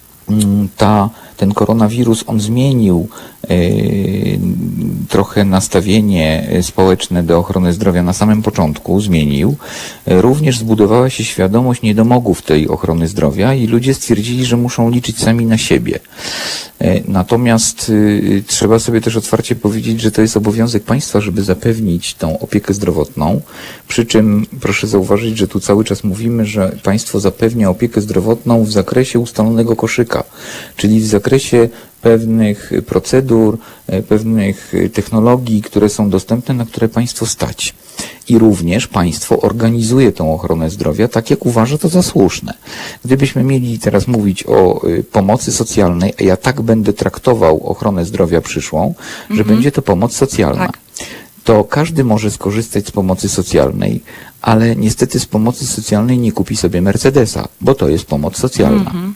ta, ten koronawirus, on zmienił y, trochę nastawienie społeczne do ochrony zdrowia na samym początku, zmienił. Również zbudowała się świadomość niedomogów tej ochrony zdrowia i ludzie stwierdzili, że muszą liczyć sami na siebie. Y, natomiast y, trzeba sobie też otwarcie powiedzieć, że to jest obowiązek państwa, żeby zapewnić tą opiekę zdrowotną. Przy czym proszę zauważyć, że tu cały czas mówimy, że państwo zapewnia opiekę zdrowotną w zakresie ustalonego koszyka, czyli w zakresie pewnych procedur, pewnych technologii, które są dostępne, na które państwo stać. I również państwo organizuje tą ochronę zdrowia tak, jak uważa to za słuszne. Gdybyśmy mieli teraz mówić o pomocy socjalnej, a ja tak będę traktował ochronę zdrowia przyszłą, mhm. że będzie to pomoc socjalna. Tak. To każdy może skorzystać z pomocy socjalnej, ale niestety z pomocy socjalnej nie kupi sobie Mercedesa, bo to jest pomoc socjalna. Mhm.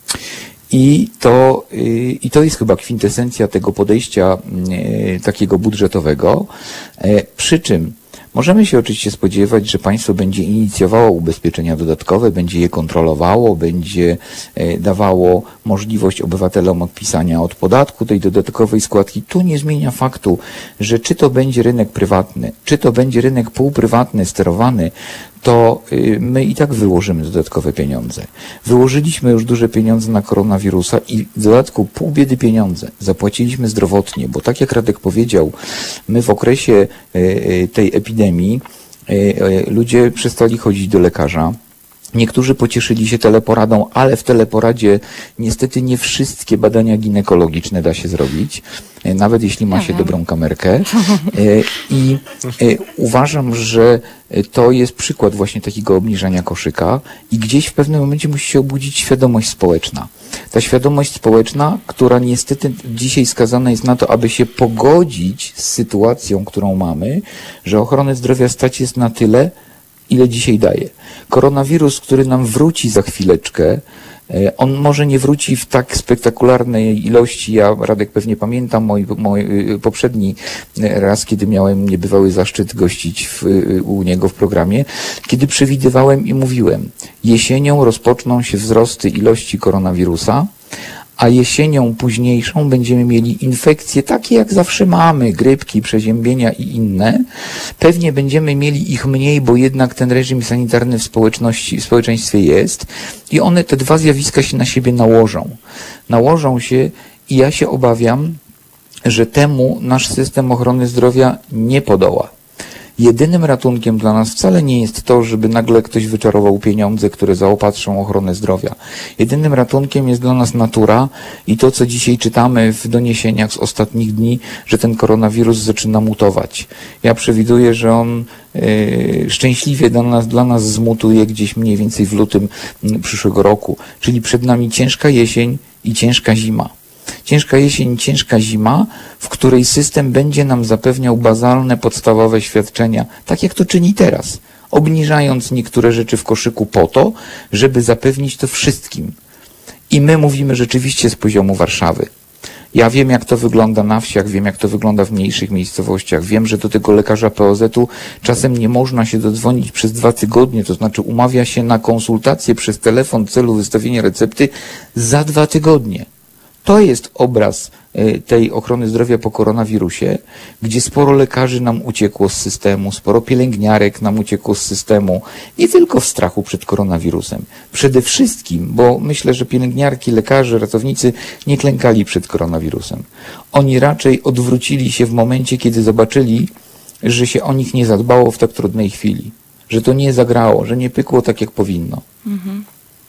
I to, I to jest chyba kwintesencja tego podejścia takiego budżetowego, przy czym możemy się oczywiście spodziewać, że państwo będzie inicjowało ubezpieczenia dodatkowe, będzie je kontrolowało, będzie dawało możliwość obywatelom odpisania od podatku tej dodatkowej składki. Tu nie zmienia faktu, że czy to będzie rynek prywatny, czy to będzie rynek półprywatny, sterowany, to my i tak wyłożymy dodatkowe pieniądze. Wyłożyliśmy już duże pieniądze na koronawirusa i w dodatku pół biedy pieniądze zapłaciliśmy zdrowotnie, bo tak jak Radek powiedział, my w okresie tej epidemii ludzie przestali chodzić do lekarza. Niektórzy pocieszyli się teleporadą, ale w teleporadzie niestety nie wszystkie badania ginekologiczne da się zrobić, nawet jeśli ma się dobrą kamerkę. I uważam, że to jest przykład właśnie takiego obniżania koszyka i gdzieś w pewnym momencie musi się obudzić świadomość społeczna. Ta świadomość społeczna, która niestety dzisiaj skazana jest na to, aby się pogodzić z sytuacją, którą mamy, że ochrony zdrowia stać jest na tyle, ile dzisiaj daje. Koronawirus, który nam wróci za chwileczkę, on może nie wróci w tak spektakularnej ilości. Ja, Radek, pewnie pamiętam mój, mój poprzedni raz, kiedy miałem niebywały zaszczyt gościć w, u niego w programie, kiedy przewidywałem i mówiłem, jesienią rozpoczną się wzrosty ilości koronawirusa, a jesienią późniejszą będziemy mieli infekcje takie jak zawsze mamy, grypki, przeziębienia i inne. Pewnie będziemy mieli ich mniej, bo jednak ten reżim sanitarny w społeczności, w społeczeństwie jest i one, te dwa zjawiska się na siebie nałożą. Nałożą się i ja się obawiam, że temu nasz system ochrony zdrowia nie podoła. Jedynym ratunkiem dla nas wcale nie jest to, żeby nagle ktoś wyczarował pieniądze, które zaopatrzą ochronę zdrowia. Jedynym ratunkiem jest dla nas natura i to, co dzisiaj czytamy w doniesieniach z ostatnich dni, że ten koronawirus zaczyna mutować. Ja przewiduję, że on yy, szczęśliwie dla nas, dla nas zmutuje gdzieś mniej więcej w lutym przyszłego roku. Czyli przed nami ciężka jesień i ciężka zima. Ciężka jesień, ciężka zima, w której system będzie nam zapewniał bazalne, podstawowe świadczenia, tak jak to czyni teraz, obniżając niektóre rzeczy w koszyku po to, żeby zapewnić to wszystkim. I my mówimy rzeczywiście z poziomu Warszawy. Ja wiem, jak to wygląda na wsiach, wiem, jak to wygląda w mniejszych miejscowościach. Wiem, że do tego lekarza P O Z-u czasem nie można się dodzwonić przez dwa tygodnie, to znaczy umawia się na konsultację przez telefon w celu wystawienia recepty za dwa tygodnie. To jest obraz tej ochrony zdrowia po koronawirusie, gdzie sporo lekarzy nam uciekło z systemu, sporo pielęgniarek nam uciekło z systemu, nie tylko w strachu przed koronawirusem. Przede wszystkim, bo myślę, że pielęgniarki, lekarze, ratownicy nie klękali przed koronawirusem. Oni raczej odwrócili się w momencie, kiedy zobaczyli, że się o nich nie zadbało w tak trudnej chwili, że to nie zagrało, że nie pykło tak, jak powinno. Mhm.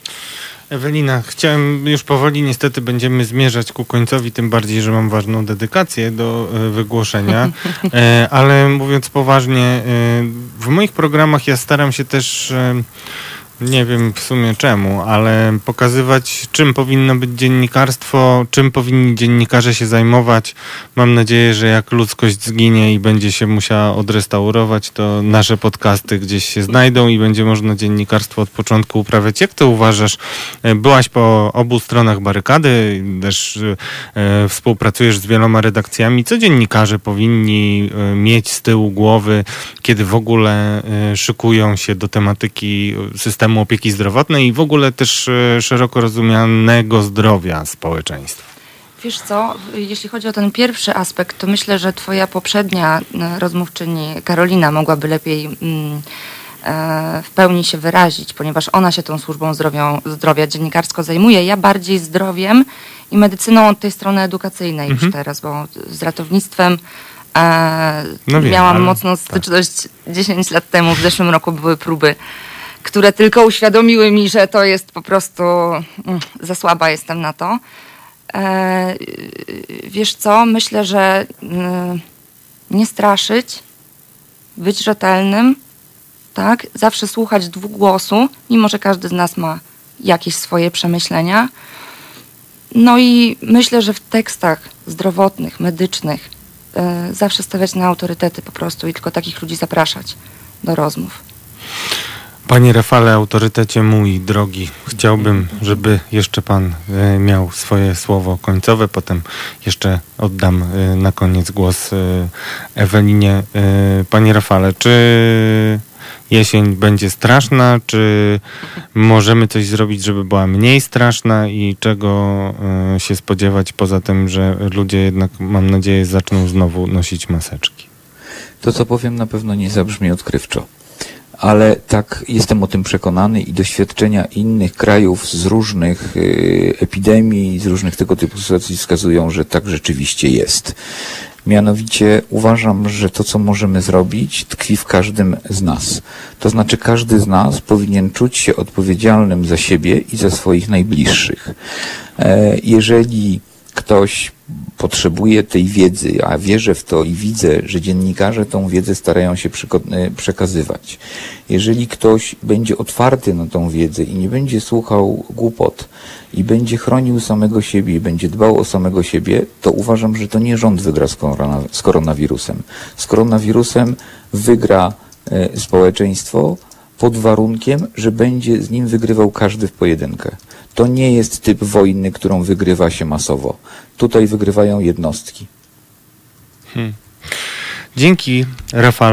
Ewelina, chciałem już powoli, niestety będziemy zmierzać ku końcowi, tym bardziej, że mam ważną dedykację do e, wygłoszenia, e, ale mówiąc poważnie, e, w moich programach ja staram się też, e, nie wiem w sumie czemu, ale pokazywać, czym powinno być dziennikarstwo, czym powinni dziennikarze się zajmować. Mam nadzieję, że jak ludzkość zginie i będzie się musiała odrestaurować, to nasze podcasty gdzieś się znajdą i będzie można dziennikarstwo od początku uprawiać. Jak to uważasz? Byłaś po obu stronach barykady, też e, współpracujesz z wieloma redakcjami. Co dziennikarze powinni e, mieć z tyłu głowy, kiedy w ogóle e, szykują się do tematyki systemu opieki zdrowotnej i w ogóle też szeroko rozumianego zdrowia społeczeństwa? Wiesz co, jeśli chodzi o ten pierwszy aspekt, to myślę, że twoja poprzednia rozmówczyni Karolina mogłaby lepiej mm, e, w pełni się wyrazić, ponieważ ona się tą służbą zdrowia, zdrowia dziennikarsko zajmuje. Ja bardziej zdrowiem i medycyną od tej strony edukacyjnej mhm. już teraz, bo z ratownictwem e, no wiem, miałam ale... mocną styczność tak. dziesięć lat temu. W zeszłym roku były próby, które tylko uświadomiły mi, że to jest po prostu, mm, za słaba jestem na to. E, wiesz co, myślę, że mm, nie straszyć, być rzetelnym, tak, zawsze słuchać dwugłosu, mimo że każdy z nas ma jakieś swoje przemyślenia. No i myślę, że w tekstach zdrowotnych, medycznych e, zawsze stawiać na autorytety po prostu i tylko takich ludzi zapraszać do rozmów. Panie Rafale, autorytecie mój drogi, chciałbym, żeby jeszcze pan e, miał swoje słowo końcowe, potem jeszcze oddam e, na koniec głos e, Ewelinie. E, panie Rafale, czy jesień będzie straszna, czy możemy coś zrobić, żeby była mniej straszna i czego e, się spodziewać poza tym, że ludzie jednak, mam nadzieję, zaczną znowu nosić maseczki? To, co powiem, na pewno nie zabrzmi odkrywczo. Ale tak, jestem o tym przekonany i doświadczenia innych krajów z różnych y, epidemii, z różnych tego typu sytuacji wskazują, że tak rzeczywiście jest. Mianowicie uważam, że to, co możemy zrobić, tkwi w każdym z nas. To znaczy każdy z nas powinien czuć się odpowiedzialnym za siebie i za swoich najbliższych. E, jeżeli ktoś potrzebuje tej wiedzy, a wierzę w to i widzę, że dziennikarze tą wiedzę starają się przekazywać. Jeżeli ktoś będzie otwarty na tą wiedzę i nie będzie słuchał głupot i będzie chronił samego siebie i będzie dbał o samego siebie, to uważam, że to nie rząd wygra z, korona, z koronawirusem. Z koronawirusem wygra y, społeczeństwo pod warunkiem, że będzie z nim wygrywał każdy w pojedynkę. To nie jest typ wojny, którą wygrywa się masowo. Tutaj wygrywają jednostki. Hmm. Dzięki, Rafale.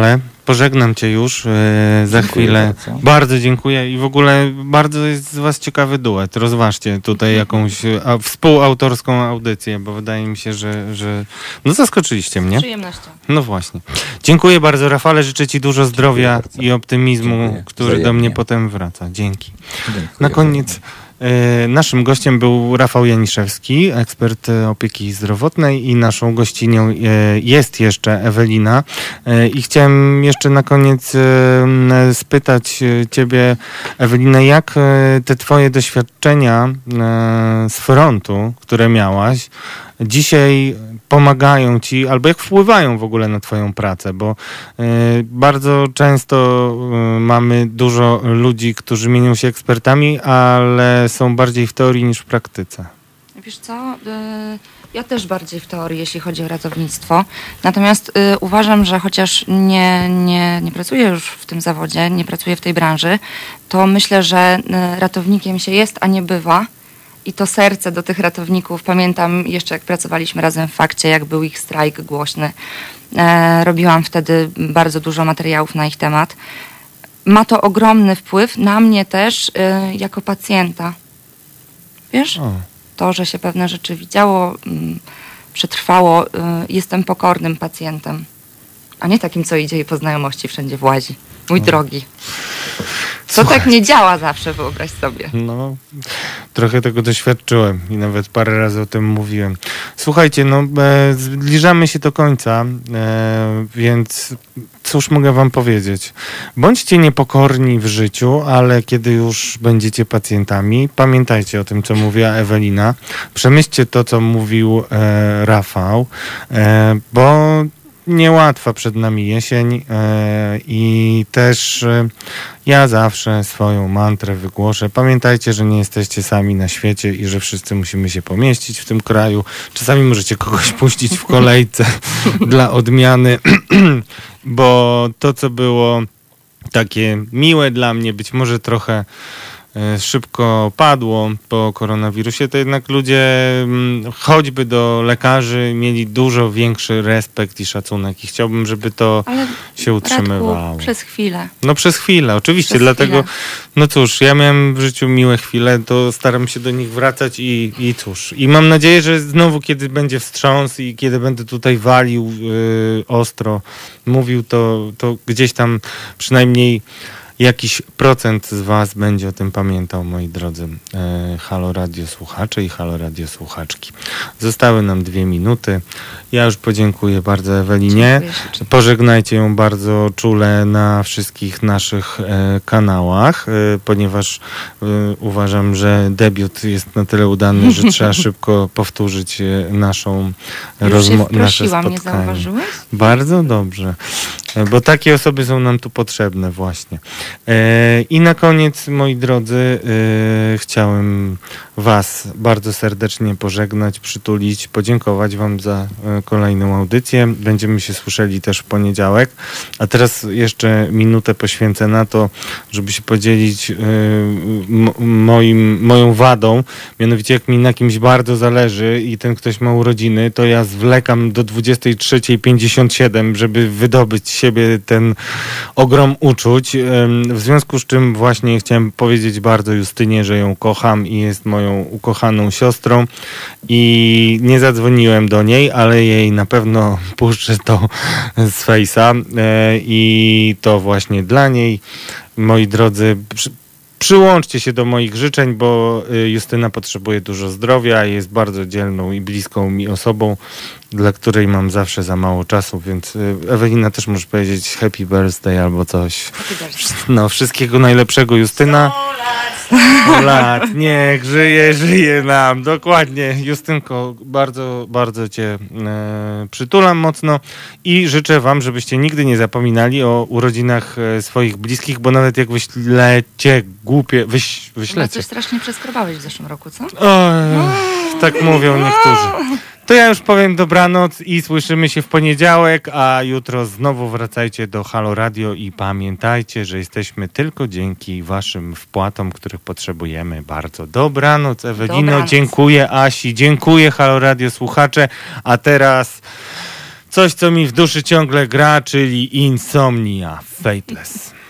pożegnam cię już e, za Dziękuję chwilę. bardzo. Bardzo dziękuję i w ogóle bardzo jest z was ciekawy duet. Rozważcie tutaj jakąś a, współautorską audycję, bo wydaje mi się, że, że no zaskoczyliście mnie. Z przyjemnością. No właśnie. Dziękuję bardzo, Rafale. Życzę ci dużo zdrowia bardzo. i optymizmu, Dziękuję. który do Wzajemnie. mnie potem wraca. Dzięki. Dziękuję Na koniec e, naszym gościem był Rafał Janiszewski, ekspert e, opieki zdrowotnej i naszą gościnią e, jest jeszcze Ewelina. E, I chciałem jeszcze na koniec e, m, spytać e, ciebie, Ewelina, jak e, te twoje doświadczenia e, z frontu, które miałaś, dzisiaj pomagają ci, albo jak wpływają w ogóle na twoją pracę, bo y, bardzo często y, mamy dużo ludzi, którzy mienią się ekspertami, ale są bardziej w teorii niż w praktyce. Wiesz co, y, ja też bardziej w teorii, jeśli chodzi o ratownictwo. Natomiast y, uważam, że chociaż nie, nie, nie pracuję już w tym zawodzie, nie pracuję w tej branży, to myślę, że y, ratownikiem się jest, a nie bywa. I to serce do tych ratowników, pamiętam jeszcze jak pracowaliśmy razem w Fakcie, jak był ich strajk głośny. E, robiłam wtedy bardzo dużo materiałów na ich temat. Ma to ogromny wpływ na mnie też e, jako pacjenta. Wiesz? O. To, że się pewne rzeczy widziało, m, przetrwało. E, jestem pokornym pacjentem, a nie takim, co idzie i po znajomości wszędzie włazi. Mój drogi. To Słuchaj. tak nie działa zawsze, wyobraź sobie. No, trochę tego doświadczyłem i nawet parę razy o tym mówiłem. Słuchajcie, no e, zbliżamy się do końca, e, więc cóż mogę wam powiedzieć? Bądźcie niepokorni w życiu, ale kiedy już będziecie pacjentami, pamiętajcie o tym, co mówiła Ewelina. Przemyślcie to, co mówił e, Rafał, e, bo niełatwa przed nami jesień e, i też e, ja zawsze swoją mantrę wygłoszę. Pamiętajcie, że nie jesteście sami na świecie i że wszyscy musimy się pomieścić w tym kraju. Czasami możecie kogoś puścić w kolejce dla odmiany, bo to, co było takie miłe dla mnie, być może trochę szybko padło po koronawirusie, to jednak ludzie choćby do lekarzy mieli dużo większy respekt i szacunek i chciałbym, żeby to Ale się utrzymywało. Radku, przez chwilę. No przez chwilę, oczywiście, Przez dlatego chwilę. no cóż, ja miałem w życiu miłe chwile, to staram się do nich wracać i, i cóż. I mam nadzieję, że znowu, kiedy będzie wstrząs i kiedy będę tutaj walił yy, ostro, mówił, to, to gdzieś tam przynajmniej jakiś procent z was będzie o tym pamiętał, moi drodzy e, Halo Radio słuchacze i Halo Radio słuchaczki. Zostały nam dwie minuty. Ja już podziękuję bardzo Ewelinie. Dziękuję. Pożegnajcie ją bardzo czule na wszystkich naszych e, kanałach, e, ponieważ e, uważam, że debiut jest na tyle udany, że trzeba szybko powtórzyć e, naszą rozmowę, nasze Prosiłam, nie spotkanie. zauważyłeś? Bardzo dobrze, e, bo takie osoby są nam tu potrzebne właśnie. E, I na koniec, moi drodzy, e, chciałem was bardzo serdecznie pożegnać, przytulić, podziękować wam za e, kolejną audycję. Będziemy się słyszeli też w poniedziałek. A teraz jeszcze minutę poświęcę na to, żeby się podzielić e, m- moim, moją wadą. Mianowicie jak mi na kimś bardzo zależy i ten ktoś ma urodziny, to ja zwlekam do dwudziestej trzeciej pięćdziesiąt siedem, żeby wydobyć z siebie ten ogrom uczuć. W związku z czym właśnie chciałem powiedzieć bardzo Justynie, że ją kocham i jest moją ukochaną siostrą i nie zadzwoniłem do niej, ale jej na pewno puszczę to z Face'a e, i to właśnie dla niej. Moi drodzy, przy, przyłączcie się do moich życzeń, bo Justyna potrzebuje dużo zdrowia, jest bardzo dzielną i bliską mi osobą, dla której mam zawsze za mało czasu, więc Ewelina też może powiedzieć happy birthday albo coś. Happy birthday. No, wszystkiego najlepszego, Justyna. sto lat, niech żyje, żyje nam. Dokładnie. Justynko, bardzo, bardzo cię e, przytulam mocno i życzę wam, żebyście nigdy nie zapominali o urodzinach e, swoich bliskich, bo nawet jak wyślecie głupie, wyś, No wyślecie. coś strasznie przeskrobałeś w zeszłym roku, co? Oj, tak mówią niektórzy. To ja już powiem dobranoc i słyszymy się w poniedziałek, a jutro znowu wracajcie do Halo Radio i pamiętajcie, że jesteśmy tylko dzięki waszym wpłatom, których potrzebujemy bardzo. Dobranoc, Ewelino, Dobranoc. dziękuję Asi, dziękuję Halo Radio słuchacze, a teraz coś, co mi w duszy ciągle gra, czyli Insomnia, Fateless.